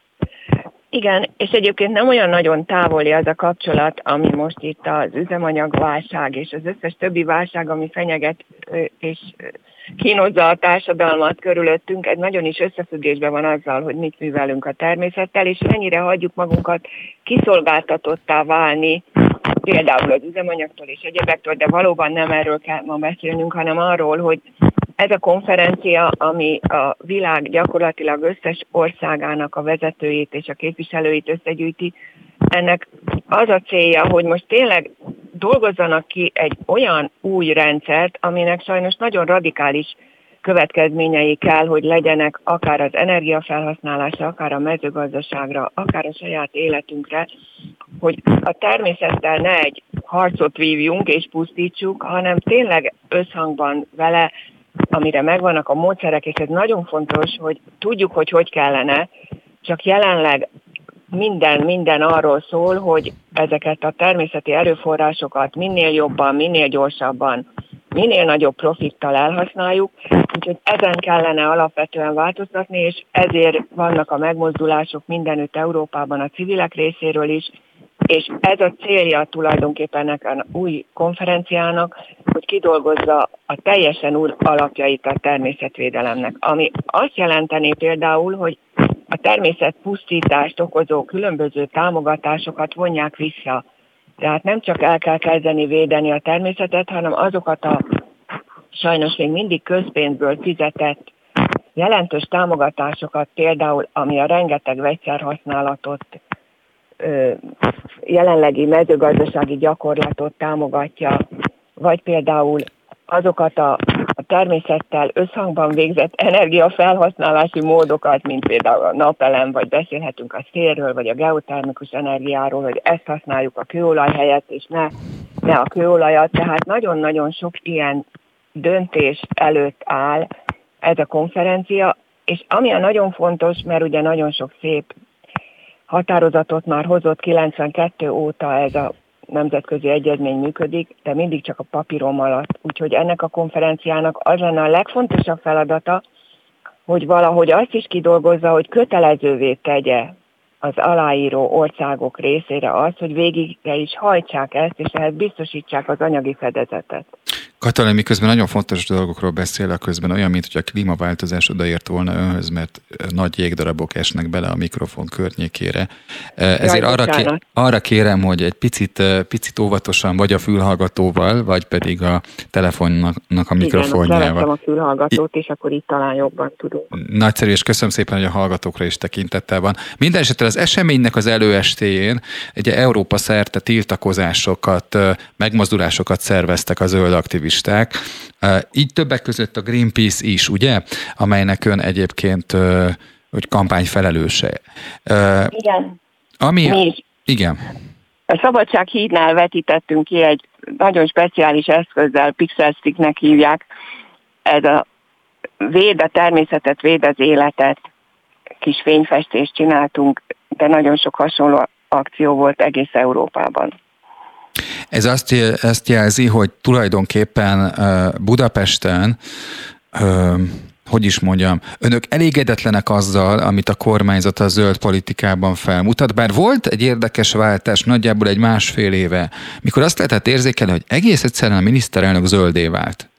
Igen, és egyébként nem olyan nagyon távoli az a kapcsolat, ami most itt az üzemanyagválság és az összes többi válság, ami fenyeget és kínozza a társadalmat körülöttünk, ez nagyon is összefüggésben van azzal, hogy mit művelünk a természettel, és mennyire hagyjuk magunkat kiszolgáltatottá válni, például az üzemanyagtól és egyebektől, de valóban nem erről kell ma beszélnünk, hanem arról, hogy ez a konferencia, ami a világ gyakorlatilag összes országának a vezetőjét és a képviselőit összegyűjti, ennek az a célja, hogy most tényleg dolgozzanak ki egy olyan új rendszert, aminek sajnos nagyon radikális következményei kell, hogy legyenek akár az energiafelhasználásra, akár a mezőgazdaságra, akár a saját életünkre, hogy a természettel ne egy harcot vívjunk és pusztítsuk, hanem tényleg összhangban vele, amire megvannak a módszerek, és ez nagyon fontos, hogy tudjuk, hogy kellene, csak jelenleg minden arról szól, hogy ezeket a természeti erőforrásokat minél jobban, minél gyorsabban, minél nagyobb profittal elhasználjuk, úgyhogy ezen kellene alapvetően változtatni, és ezért vannak a megmozdulások mindenütt Európában a civilek részéről is, és ez a célja tulajdonképpen ennek az új konferenciának, hogy kidolgozza a teljesen új alapjait a természetvédelemnek, ami azt jelenteni például, hogy a természetpusztítást okozó különböző támogatásokat vonják vissza. Tehát nem csak el kell kezdeni védeni a természetet, hanem azokat a sajnos még mindig közpénzből fizetett jelentős támogatásokat, például ami a rengeteg vegyszerhasználatot, jelenlegi mezőgazdasági gyakorlatot támogatja, vagy például azokat a természettel összhangban végzett energiafelhasználási módokat, mint például a napelem, vagy beszélhetünk a szélről, vagy a geotermikus energiáról, hogy ezt használjuk a kőolaj helyett, és ne a kőolajat. Tehát nagyon-nagyon sok ilyen döntés előtt áll ez a konferencia, és ami a nagyon fontos, mert ugye nagyon sok szép határozatot már hozott 92 óta ez a nemzetközi egyezmény működik, de mindig csak a papírom alatt. Úgyhogy ennek a konferenciának az lenne a legfontosabb feladata, hogy valahogy azt is kidolgozza, hogy kötelezővé tegye az aláíró országok részére azt, hogy végigre is hajtsák ezt, és ehhez biztosítsák az anyagi fedezetet. Katalin, miközben nagyon fontos dolgokról beszél, közben olyan, mint hogy a klímaváltozás odaért volna önhöz, mert nagy jégdarabok esnek bele a mikrofon környékére. Ezért arra kérem, hogy egy picit óvatosan, vagy a fülhallgatóval, vagy pedig a telefonnak a mikrofonjával. Igen, leveszem a fülhallgatót, és akkor itt talán jobban tudunk. Nagyszerű, és köszönöm szépen, hogy a hallgatókra is tekintettel van. Minden esetre az eseménynek az előestéjén ugye Európa szerte tiltakozásokat, megmozdulásokat szerveztek a zöld aktivisták. Így többek között a Greenpeace is, ugye? Amelynek ön egyébként hogy kampányfelelőse. Igen. Igen. A Szabadság hídnál vetítettünk ki egy nagyon speciális eszközzel, Pixelsticknek hívják. Ez a véd a természetet, véd az életet. Kis fényfestést csináltunk, de nagyon sok hasonló akció volt egész Európában. Ez azt jelzi, hogy tulajdonképpen Budapesten, hogy is mondjam, önök elégedetlenek azzal, amit a kormányzat a zöld politikában felmutat, bár volt egy érdekes váltás nagyjából egy 1,5 éve, mikor azt lehetett érzékelni, hogy egész egyszerűen a miniszterelnök zöldé vált.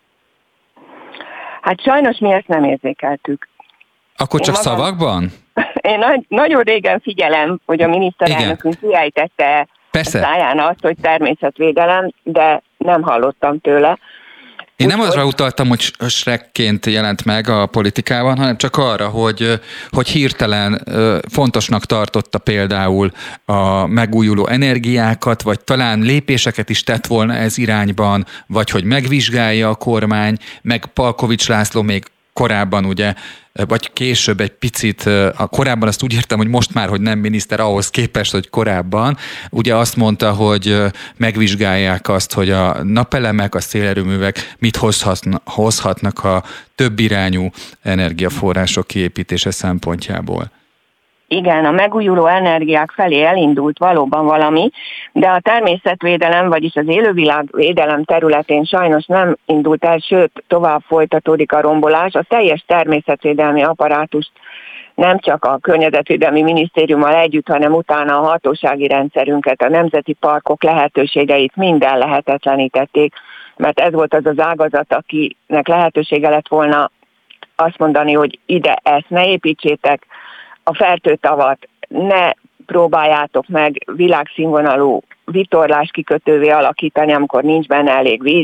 Hát sajnos mi ezt nem érzékeltük. Akkor csak szavakban? Én nagyon régen figyelem, hogy a miniszterelnökünk kiejtette száján azt, hogy természetvédelem, de nem hallottam tőle. Én nem azra utaltam, hogy Schreckként jelent meg a politikában, hanem csak arra, hogy hirtelen fontosnak tartotta például a megújuló energiákat, vagy talán lépéseket is tett volna ez irányban, vagy hogy megvizsgálja a kormány, meg Palkovics László még korábban ugye, vagy később egy picit, korábban azt úgy értem, hogy most már, hogy nem miniszter ahhoz képest, hogy korábban, ugye azt mondta, hogy megvizsgálják azt, hogy a napelemek, a szélerőművek mit hozhatnak a több irányú energiaforrások kiépítése szempontjából. Igen, a megújuló energiák felé elindult valóban valami, de a természetvédelem, vagyis az élővilágvédelem területén sajnos nem indult el, sőt, tovább folytatódik a rombolás. A teljes természetvédelmi apparátust nem csak a Környezetvédelmi Minisztériummal együtt, hanem utána a hatósági rendszerünket, a nemzeti parkok lehetőségeit minden lehetetlenítették, mert ez volt az az ágazat, akinek lehetősége lett volna azt mondani, hogy ide ezt ne építsétek, a Fertőtavat ne próbáljátok meg világszínvonalú vitorláskikötővé alakítani, amikor nincs benne elég víz,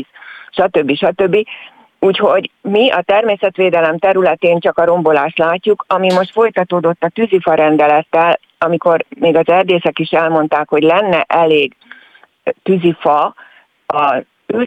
stb. Úgyhogy mi a természetvédelem területén csak a rombolást látjuk, ami most folytatódott a tűzifa rendelettel, amikor még az erdészek is elmondták, hogy lenne elég tűzifa a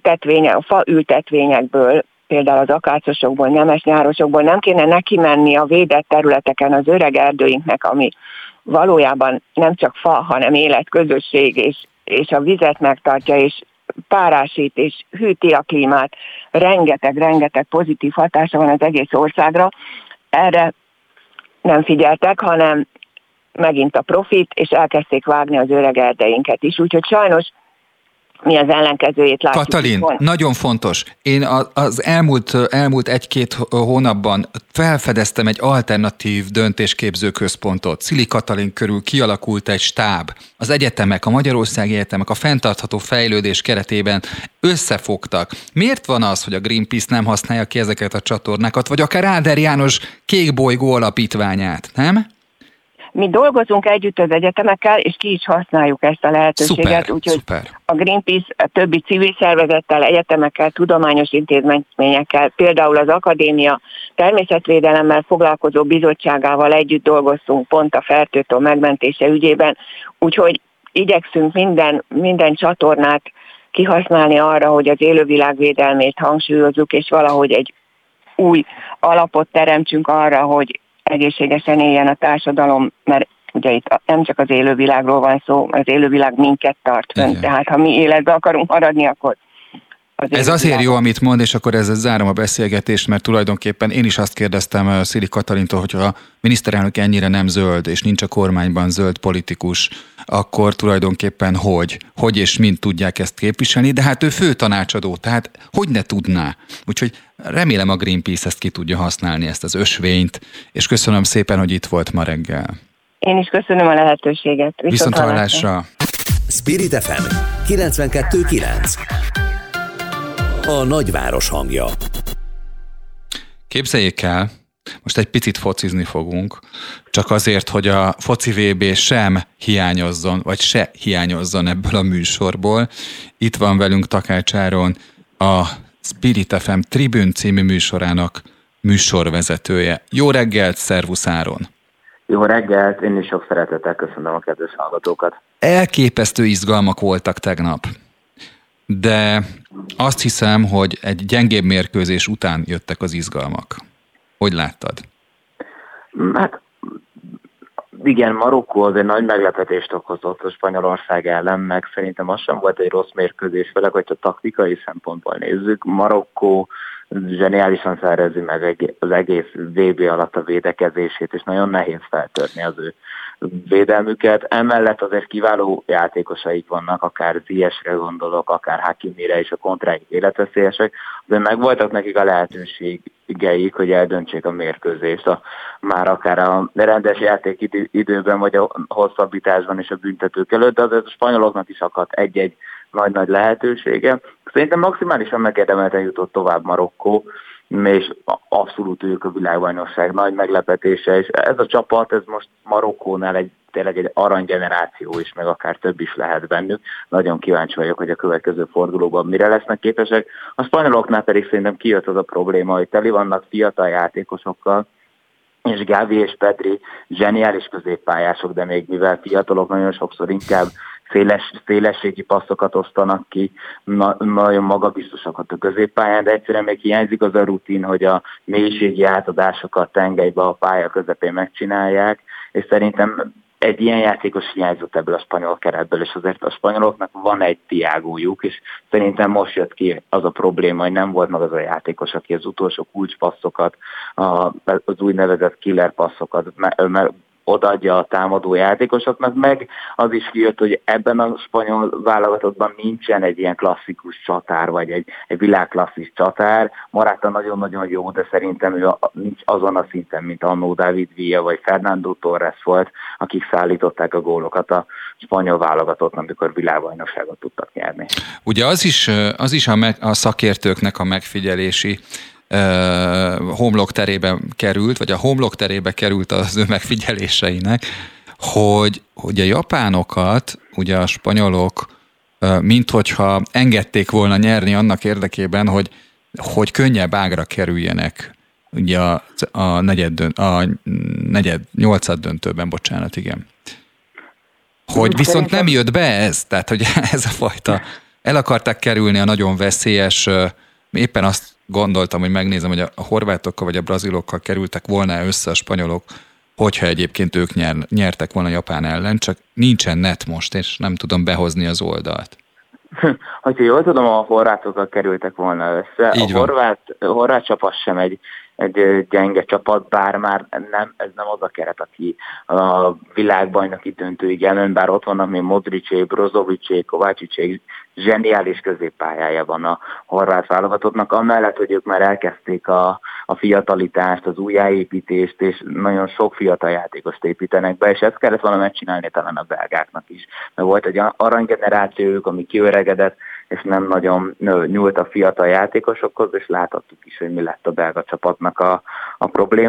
fa ültetvényekből, például az akácosokból, nemesnyárosokból nem kéne neki menni a védett területeken az öreg erdőinknek, ami valójában nem csak fa, hanem életközösség, és a vizet megtartja, és párásít, és hűti a klímát. Rengeteg pozitív hatása van az egész országra. Erre nem figyeltek, hanem megint a profit, és elkezdték vágni az öreg erdeinket is. Úgyhogy sajnos mi az ellenkezőjét látjuk. Katalin, nagyon fontos. Én az elmúlt 1-2 hónapban felfedeztem egy alternatív döntésképző központot. Szili Katalin körül kialakult egy stáb. Az egyetemek, a magyarországi egyetemek a fenntartható fejlődés keretében összefogtak. Miért van az, hogy a Greenpeace nem használja ki ezeket a csatornákat, vagy akár Áder János Kék Bolygó alapítványát, nem? mi dolgozunk együtt az egyetemekkel, és ki is használjuk ezt a lehetőséget. Úgyhogy a Greenpeace a többi civil szervezettel, egyetemekkel, tudományos intézményekkel, például az akadémia természetvédelemmel foglalkozó bizottságával együtt dolgoztunk pont a fertőtől megmentése ügyében. Úgyhogy igyekszünk minden csatornát kihasználni arra, hogy az élővilágvédelmét hangsúlyozzuk, és valahogy egy új alapot teremtsünk arra, hogy egészségesen éljen a társadalom, mert ugye itt nem csak az élővilágról van szó, az élővilág minket tart fönn, tehát ha mi életbe akarunk maradni, akkor ez azért jó, amit mond, és akkor ezzel zárom a beszélgetést, mert tulajdonképpen én is azt kérdeztem Szili Katalintól, hogy a miniszterelnök ennyire nem zöld, és nincs a kormányban zöld politikus, akkor tulajdonképpen hogy és mind tudják ezt képviselni, de hát ő főtanácsadó, tehát hogy ne tudná. Úgyhogy remélem a Greenpeace ezt ki tudja használni, ezt az ösvényt, és köszönöm szépen, hogy itt volt ma reggel. Én is köszönöm a lehetőséget. Viszont hallásra. Spirit FM 92.9. A nagyváros hangja. Képzeljék el, most egy picit focizni fogunk, csak azért, hogy a foci VB sem hiányozzon, vagy se hiányozzon ebből a műsorból. Itt van velünk Takács Áron, a Spirit FM Tribune című műsorának műsorvezetője. Jó reggelt, szervusz Áron! Jó reggelt, én is sok szeretettel köszönöm a kedves hallgatókat. Elképesztő izgalmak voltak tegnap, de azt hiszem, hogy egy gyengébb mérkőzés után jöttek az izgalmak. Hogy láttad? Hát igen, Marokkó azért nagy meglepetést okozott a Spanyolország ellen, meg szerintem az sem volt egy rossz mérkőzés, főleg, hogyha taktikai szempontból nézzük. Marokkó zseniálisan szervezi meg az egész VB alatt a védekezését, és nagyon nehéz feltörni az ő védelmüket. Emellett azért kiváló játékosaik vannak, akár Ziyechre gondolok, akár Hakimire, és a kontráik életveszélyesek, de megvoltak nekik a lehetőségeik, hogy eldöntsék a mérkőzést, már akár a rendes játékidőben, vagy a hosszabbításban és a büntetők előtt, de azért a spanyoloknak is akadt egy-egy nagy-nagy lehetősége. Szerintem maximálisan megérdemelten jutott tovább Marokkó, és abszolút ők a világbajnokság nagy meglepetése, és ez a csapat, ez most Marokkónál tényleg egy aranygeneráció is, meg akár több is lehet bennük. Nagyon kíváncsi vagyok, hogy a következő fordulóban mire lesznek képesek. A spanyoloknál pedig szerintem kijött az a probléma, hogy teli vannak fiatal játékosokkal, és Gavi és Pedri zseniális középpályások, de még mivel fiatalok, nagyon sokszor inkább szélességi passzokat osztanak ki, nagyon magabiztosakat a középpályán, de egyszerűen még hiányzik az a rutin, hogy a mélységi átadásokat tengelybe a pálya közepén megcsinálják, és szerintem egy ilyen játékos hiányzott ebből a spanyol keretből, és azért a spanyoloknak van egy Thiagójuk, és szerintem most jött ki az a probléma, hogy nem volt meg az a játékos, aki az utolsó kulcspasszokat, az úgynevezett killer passzokat odaadja a támadó játékosoknak, meg az is kijött, hogy ebben a spanyol válogatottban nincsen egy ilyen klasszikus csatár, vagy egy világklasszis csatár. Morata nagyon-nagyon jó, de szerintem ő nincs azon a szinten, mint annó David Villa, vagy Fernando Torres volt, akik szállították a gólokat a spanyol válogatottnak, amikor világbajnokságot tudtak nyerni. Ugye az is a szakértőknek a megfigyelési homlokterébe került, vagy a homlokterébe került az ő megfigyeléseinek, hogy a japánokat, ugye a spanyolok, minthogyha engedték volna nyerni annak érdekében, hogy könnyebb ágra kerüljenek ugye a nyolcad döntőben, bocsánat, igen. Hogy viszont nem jött be ez, tehát hogy ez a fajta, el akarták kerülni a nagyon veszélyes, éppen azt gondoltam, hogy megnézem, hogy a horvátokkal vagy a brazilokkal kerültek volna össze a spanyolok, hogyha egyébként ők nyertek volna Japán ellen, csak nincsen net most, és nem tudom behozni az oldalt. Ha jól tudom, a horvátokkal kerültek volna össze. Így a horvát csapat sem egy gyenge csapat, bár már ez nem az a keret, aki a világbajnoki döntőig jelen, bár ott vannak még Modricék, Brozovicék, Kovácsicsék, zseniális középpályája van a horvát válogatottnak, amellett, hogy ők már elkezdték a fiatalitást, az újjáépítést, és nagyon sok fiatal játékost építenek be, és ezt kellett volna megcsinálni talán a belgáknak is. Mert volt egy aranygenerációjuk, ami kiöregedett, és nem nagyon nyúlt a fiatal játékosokhoz, és láthattuk is, hogy mi lett a belga csapatnak a problémája.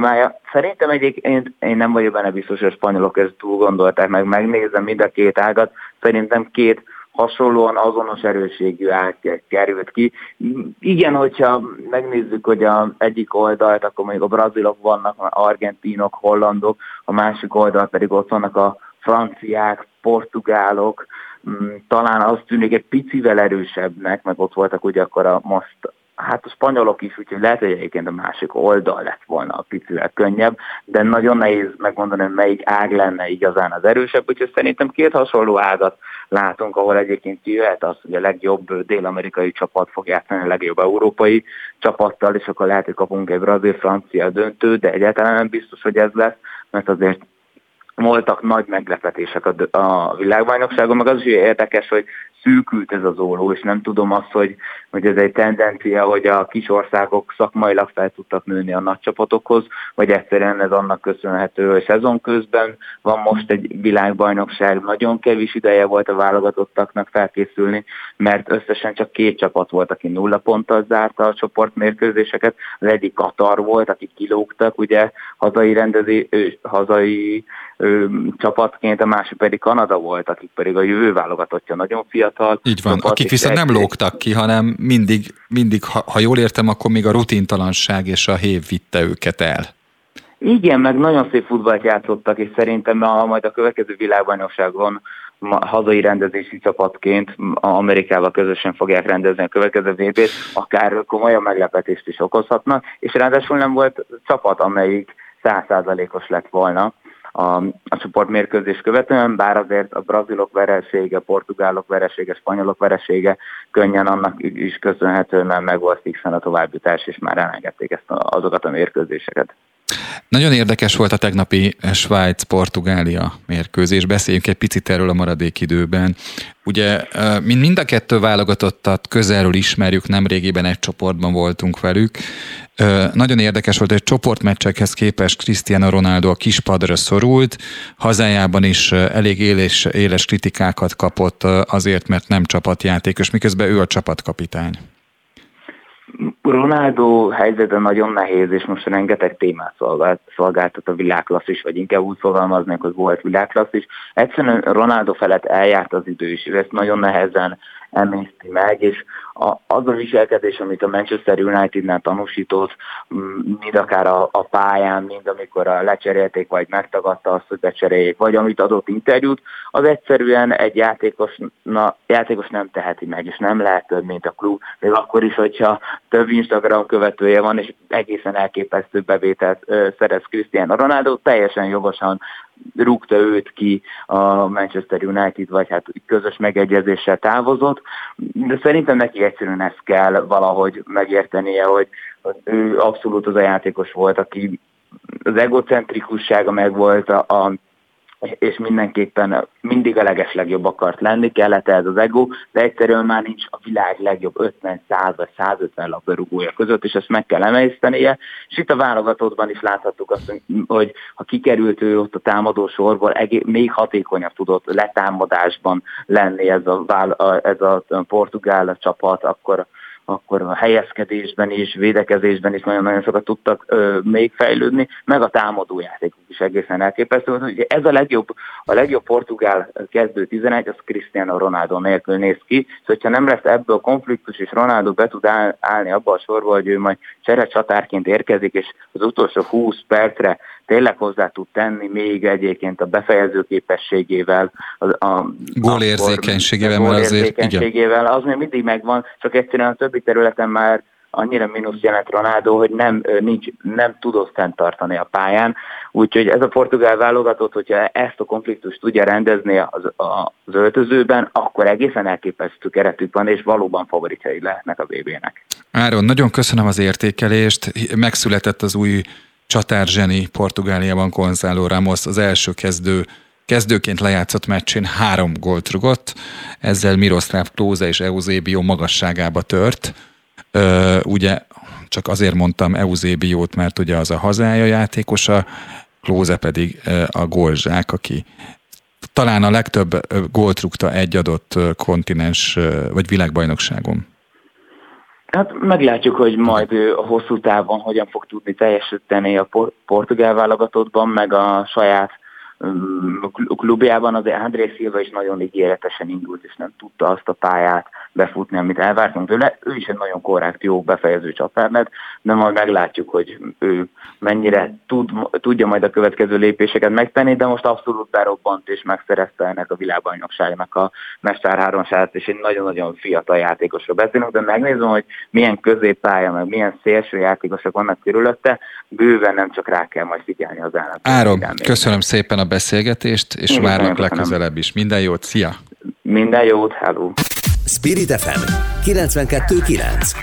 Szerintem egyébként én nem vagyok benne biztos, hogy a spanyolok ezt túl gondolták meg. Megnézem mind a két ágat, szerintem két hasonlóan azonos erősségű ág került ki. Igen, hogyha megnézzük, hogy az egyik oldalt, akkor mondjuk a brazilok vannak, argentinok, hollandok, a másik oldalt pedig ott vannak a franciák, portugálok, talán azt tűnik egy picivel erősebbnek, meg ott voltak ugye akkor a spanyolok is, úgyhogy lehet, hogy egyébként a másik oldal lett volna a picivel könnyebb, de nagyon nehéz megmondani, hogy melyik ág lenne igazán az erősebb, úgyhogy szerintem két hasonló ágat látunk, ahol egyébként jöhet az, hogy a legjobb dél-amerikai csapat fog játszani a legjobb európai csapattal, és akkor lehet, hogy kapunk egy brazil-francia döntőt, de egyáltalán nem biztos, hogy ez lesz, mert azért voltak nagy meglepetések a világbajnokságon, meg az is érdekes, hogy szűkült ez az óló, és nem tudom azt, hogy ez egy tendencia, hogy a kis országok szakmailag fel tudtak nőni a nagy csapatokhoz, vagy egyszerűen ez annak köszönhető, hogy szezon közben van most egy világbajnokság, nagyon kevés ideje volt a válogatottaknak felkészülni, mert összesen csak 2 csapat volt, aki 0 ponttal zárta a csoportmérkőzéseket, az egyik Katar volt, akik kilógtak, ugye hazai csapatként, a másik pedig Kanada volt, akik pedig a jövő válogatottja, nagyon fiatal. Így van, akik viszont nem lógtak ki, hanem mindig ha jól értem, akkor még a rutintalanság és a hév vitte őket el. Igen, meg nagyon szép futballt játszottak, és szerintem majd a következő világbajnokságon hazai rendezési csapatként Amerikával közösen fogják rendezni a következő VB-t, akár komolyabb meglepetést is okozhatnak, és ráadásul nem volt csapat, amelyik 100%-os lett volna a csoportmérkőzés követően, bár azért a brazilok veresége, portugálok veresége, spanyolok veresége könnyen annak is köszönhető, mert meg volt fixen a továbbjutás, és már elengedték azokat a mérkőzéseket. Nagyon érdekes volt a tegnapi Svájc-Portugália mérkőzés. Beszéljünk egy picit erről a maradék időben. Ugye mind a 2 válogatottat közelről ismerjük, nemrégiben egy csoportban voltunk velük. Nagyon érdekes volt, hogy csoportmeccsekhez képest Cristiano Ronaldo a kispadra szorult, hazájában is elég éles kritikákat kapott azért, mert nem csapatjátékos, miközben ő a csapatkapitány. Ronaldo helyzete nagyon nehéz, és most rengeteg témát szolgáltat a világklasszis, vagy inkább úgy fogalmaznék, hogy volt világklasszis. Egyszerűen Ronaldo felett eljárt az idő is, és ezt nagyon nehezen emészti meg, és az a viselkedés, amit a Manchester United-nál tanúsított, mind akár a pályán, mind amikor lecserélték, vagy megtagadta azt, hogy becseréljék, vagy amit adott interjút, az egyszerűen egy játékos nem teheti meg, és nem lehet több, mint a klub, még akkor is, hogyha több Instagram követője van, és egészen elképesztő bevételt szerez Cristiano Ronaldo, teljesen jogosan rúgta őt ki a Manchester United, vagy hát közös megegyezéssel távozott, de szerintem neki egyszerűen ezt kell valahogy megértenie, hogy ő abszolút az a játékos volt, aki az egocentrikussága megvolt, és mindenképpen mindig a legeslegjobb akart lenni, kellett ez az ego, de egyszerűen már nincs a világ legjobb 50, 100 vagy 150 labdarúgója között, és ezt meg kell emésztenie. És itt a válogatottban is láthattuk azt, hogy ha kikerült ő ott a támadó sorból, még hatékonyabb tudott letámadásban lenni ez a portugál csapat, akkor a helyezkedésben is, védekezésben is nagyon-nagyon sokat tudtak még fejlődni, meg a támadójátékok is egészen elképesztő. Ugye ez a legjobb portugál kezdő 11, az Cristiano Ronaldo nélkül néz ki, és hogyha nem lesz ebből konfliktus, és Ronaldo be tud állni abba a sorba, hogy ő majd cserecsatárként érkezik, és az utolsó 20 percre tényleg hozzá tud tenni még egyébként a befejező képességével, a gólérzékenységével, az még mindig megvan, csak egyszerűen a többi területen már annyira mínusz jelent Ronaldo, hogy nem tudott fenntartani a pályán. Úgyhogy ez a portugál válogatott, hogyha ezt a konfliktust tudja rendezni az öltözőben, akkor egészen elképesztő keretük van, és valóban favoritjai lehetnek a VB-nek. Áron, nagyon köszönöm az értékelést. Megszületett az új csatárzseni Portugáliában, Gonzalo Ramos, az első kezdőként lejátszott meccsén 3 gólt rugott, ezzel Miroslav Klose és Eusebio magasságába tört. Ugye csak azért mondtam Eusebiót, mert ugye az a hazája játékosa, Klose pedig a gólzsák, aki talán a legtöbb gólt rúgta egy adott kontinens vagy világbajnokságon. Hát meglátjuk, hogy majd a hosszú távon hogyan fog tudni teljesíteni a portugál válogatottban, meg a saját klubjában. Az André Silva is nagyon ígéretesen indult, és nem tudta azt a pályát befutni, amit elvártunk tőle. Ő is egy nagyon korrekt, jó befejező csapárnet, de majd meglátjuk, hogy ő mennyire tudja majd a következő lépéseket megtenni, de most abszolút berobbant és megszerezte ennek a világbajnokságnak a mesterhármasát, és egy nagyon-nagyon fiatal játékosról beszélünk, de megnézem, hogy milyen középpálya, meg milyen szélső játékosok vannak körülötte, bőven nem csak rá kell majd figyelni az állat. Áron, köszönöm szépen a beszélgetést, és várlak legközelebb is. Minden jót, szia! Minden jót, hello! Spirit FM 92.9.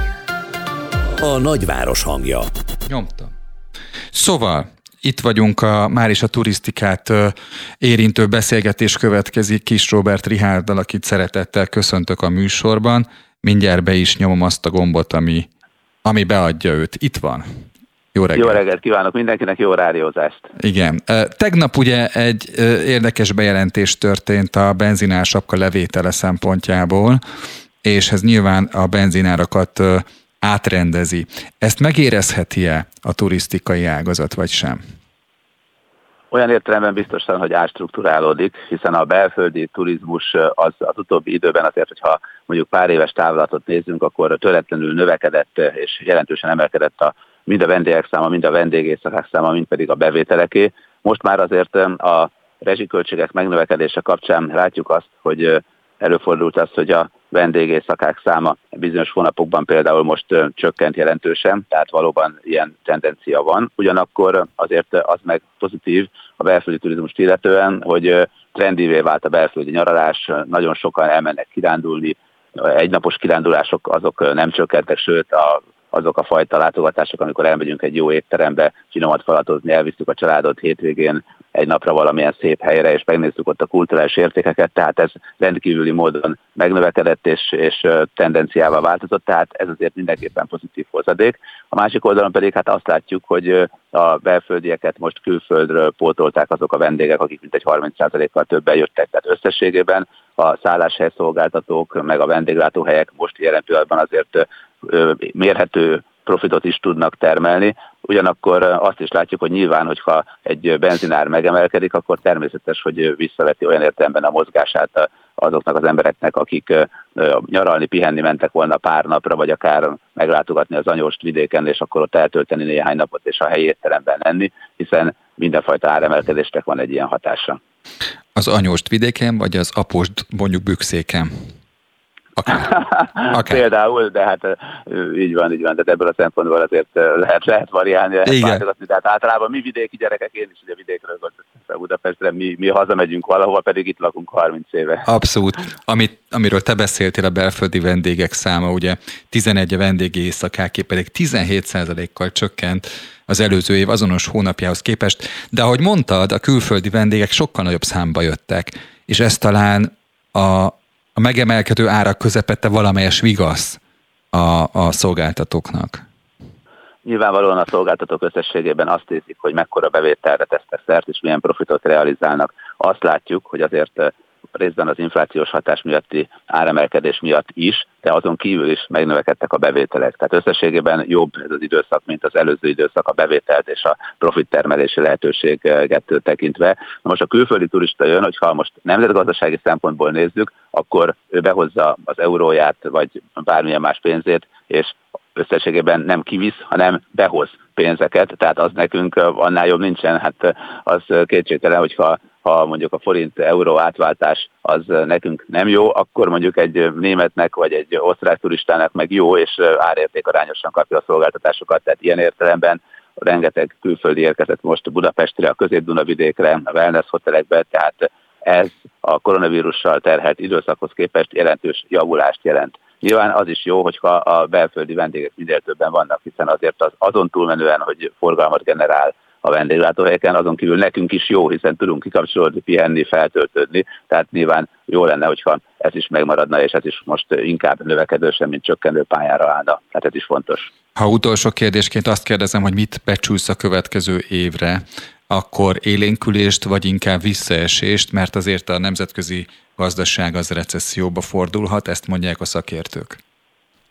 A nagyváros hangja. Nyomtam. Szóval, itt vagyunk, már is a turisztikát érintő beszélgetés következik Kis Róbert Richárddal, akit szeretettel köszöntök a műsorban. Mindjárt be is nyomom azt a gombot, ami beadja őt. Itt van. Jó reggelt. Jó reggelt kívánok mindenkinek, jó rádiózást. Igen. Tegnap ugye egy érdekes bejelentés történt a benzinársapka levétele szempontjából, és ez nyilván a benzinárakat átrendezi. Ezt megérezheti-e a turisztikai ágazat, vagy sem? Olyan értelemben biztosan, hogy átstrukturálódik, hiszen a belföldi turizmus az utóbbi időben azért, hogyha mondjuk pár éves távlatot nézzünk, akkor töretlenül növekedett és jelentősen emelkedett mind a vendégek száma, mind a vendégészakák száma, mind pedig a bevételeké. Most már azért a rezsiköltségek megnövekedése kapcsán látjuk azt, hogy előfordult az, hogy a vendégészakák száma bizonyos hónapokban például most csökkent jelentősen, tehát valóban ilyen tendencia van. Ugyanakkor azért az meg pozitív a belföldi turizmust illetően, hogy trendivé vált a belföldi nyaralás, nagyon sokan elmennek kirándulni, egynapos kirándulások azok nem csökkentek, sőt azok a fajta látogatások, amikor elmegyünk egy jó étterembe, finomat falatozni, elviszük a családot hétvégén egy napra valamilyen szép helyre, és megnézzük ott a kulturális értékeket, tehát ez rendkívüli módon megnövekedett és tendenciával változott, tehát ez azért mindenképpen pozitív hozadék. A másik oldalon pedig hát azt látjuk, hogy a belföldieket most külföldről pótolták azok a vendégek, akik mintegy 30%-kal többen jöttek, tehát összességében a szálláshelyszolgáltatók meg a vendéglátóhelyek most jelen pillanatban azért mérhető profitot is tudnak termelni. Ugyanakkor azt is látjuk, hogy nyilván, hogyha egy benzinár megemelkedik, akkor természetes, hogy visszaveti olyan értelemben a mozgását azoknak az embereknek, akik nyaralni, pihenni mentek volna pár napra, vagy akár meglátogatni az Anyost vidéken, és akkor ott eltölteni néhány napot, és a helyi étteremben lenni, hiszen mindenfajta áremelkedésnek van egy ilyen hatása. Az Anyost vidéken, vagy az Apost mondjuk Bükszéken? Okay. Például, de hát így van, de ebből a szempontból azért lehet variálni, lehet váltogatni. Tehát általában mi vidéki gyerekek, én is ugye vidékről gondoltam Budapestre, mi hazamegyünk valahova, pedig itt lakunk 30 éve. Abszolút. Amiről te beszéltél, a belföldi vendégek száma, ugye 11 vendégi éjszakáké pedig 17%-kal csökkent az előző év azonos hónapjához képest, de ahogy mondtad, a külföldi vendégek sokkal nagyobb számba jöttek, és ez talán a megemelkedő árak közepette valamelyes vigasz a szolgáltatóknak. Nyilvánvalóan a szolgáltatók összességében azt érzik, hogy mekkora bevételre tesznek szert, és milyen profitot realizálnak. Azt látjuk, hogy azért részben az inflációs hatás miatti áremelkedés miatt is, de azon kívül is megnövekedtek a bevételek. Tehát összességében jobb ez az időszak, mint az előző időszak a bevételt és a profit termelési lehetőséget tekintve. Na most a külföldi turista jön, hogyha most nemzetgazdasági szempontból nézzük, akkor ő behozza az euróját, vagy bármilyen más pénzét, és összességében nem kivisz, hanem behoz pénzeket, tehát az nekünk annál jobb nincsen, hát az kétségtelen, hogyha mondjuk a forint-euró átváltás az nekünk nem jó, akkor mondjuk egy németnek vagy egy osztrák turistának meg jó, és árértékarányosan kapja a szolgáltatásokat, tehát ilyen értelemben rengeteg külföldi érkezett most Budapestre, a Közép-Dunavidékre, a wellness hotelekbe, tehát ez a koronavírussal terhelt időszakhoz képest jelentős javulást jelent. Nyilván az is jó, hogyha a belföldi vendégek minél többen vannak, hiszen azért azon túlmenően, hogy forgalmat generál a vendéglátóhelyeken, azon kívül nekünk is jó, hiszen tudunk kikapcsolódni, pihenni, feltöltődni, tehát nyilván jó lenne, hogyha ez is megmaradna, és ez is most inkább növekedősen, mint csökkenő pályára állna. Tehát ez is fontos. Ha utolsó kérdésként azt kérdezem, hogy mit becsülsz a következő évre, akkor élénkülést, vagy inkább visszaesést, mert azért a nemzetközi gazdaság az recesszióba fordulhat, ezt mondják a szakértők.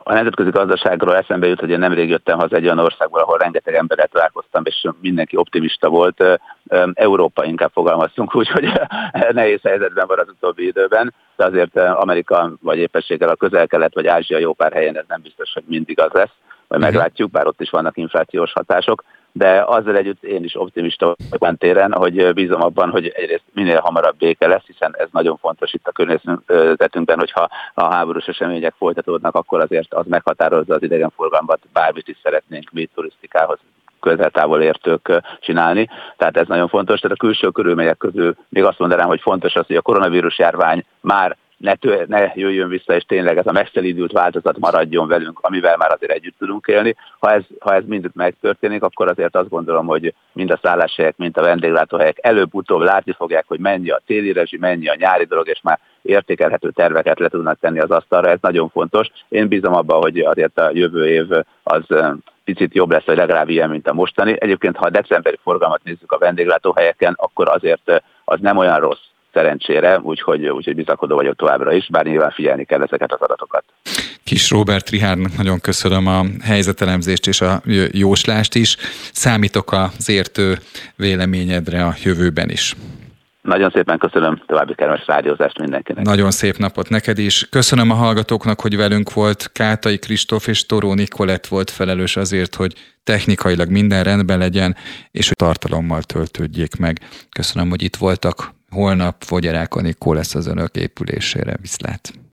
A nemzetközi gazdaságról eszembe jut, hogy én nemrég jöttem haza egy olyan országból, ahol rengeteg emberrel találkoztam, és mindenki optimista volt. Európa inkább fogalmaztunk úgy, hogy nehéz helyzetben van az utóbbi időben, de azért Amerika vagy éppenséggel a Közel-Kelet vagy Ázsia jó pár helyen ez nem biztos, hogy mindig az lesz, vagy meglátjuk, bár ott is vannak inflációs hatások. De azzal együtt én is optimista vagyok téren, hogy bízom abban, hogy egyrészt minél hamarabb béke lesz, hiszen ez nagyon fontos itt a környezetünkben, hogyha a háborús események folytatódnak, akkor azért az meghatározza az idegenforgalmat, bármit is szeretnénk mi turisztikához közel-távol értők csinálni. Tehát ez nagyon fontos. Tehát a külső körülmények közül még azt mondanám, hogy fontos az, hogy a koronavírus járvány már ne jöjjön vissza, és tényleg ez a megszelídült változat maradjon velünk, amivel már azért együtt tudunk élni. Ha ez mind megtörténik, akkor azért azt gondolom, hogy mind a szálláshelyek, mind a vendéglátóhelyek előbb-utóbb látni fogják, hogy mennyi a téli rezsi, mennyi a nyári dolog, és már értékelhető terveket le tudnak tenni az asztalra. Ez nagyon fontos. Én bízom abban, hogy azért a jövő év az picit jobb lesz, vagy legalább ilyen, mint a mostani. Egyébként, ha a decemberi forgalmat nézzük a vendéglátóhelyeken, akkor azért az nem olyan rossz. Szerencsére, úgyhogy bizakodó vagyok továbbra is, bár nyilván figyelni kell ezeket az adatokat. Kis Róbert Richárdnak nagyon köszönöm a helyzetelemzést és a jóslást is. Számítok az értő véleményedre a jövőben is. Nagyon szépen köszönöm, további kellemes rádiózást mindenkinek. Nagyon szép napot neked is. Köszönöm a hallgatóknak, hogy velünk volt. Kátai Kristóf és Toró Nikolett volt felelős azért, hogy technikailag minden rendben legyen, és hogy tartalommal töltődjék meg. Köszönöm, hogy itt voltak. Holnap Fogyarák Anikó lesz az önök épülésére. Viszlát!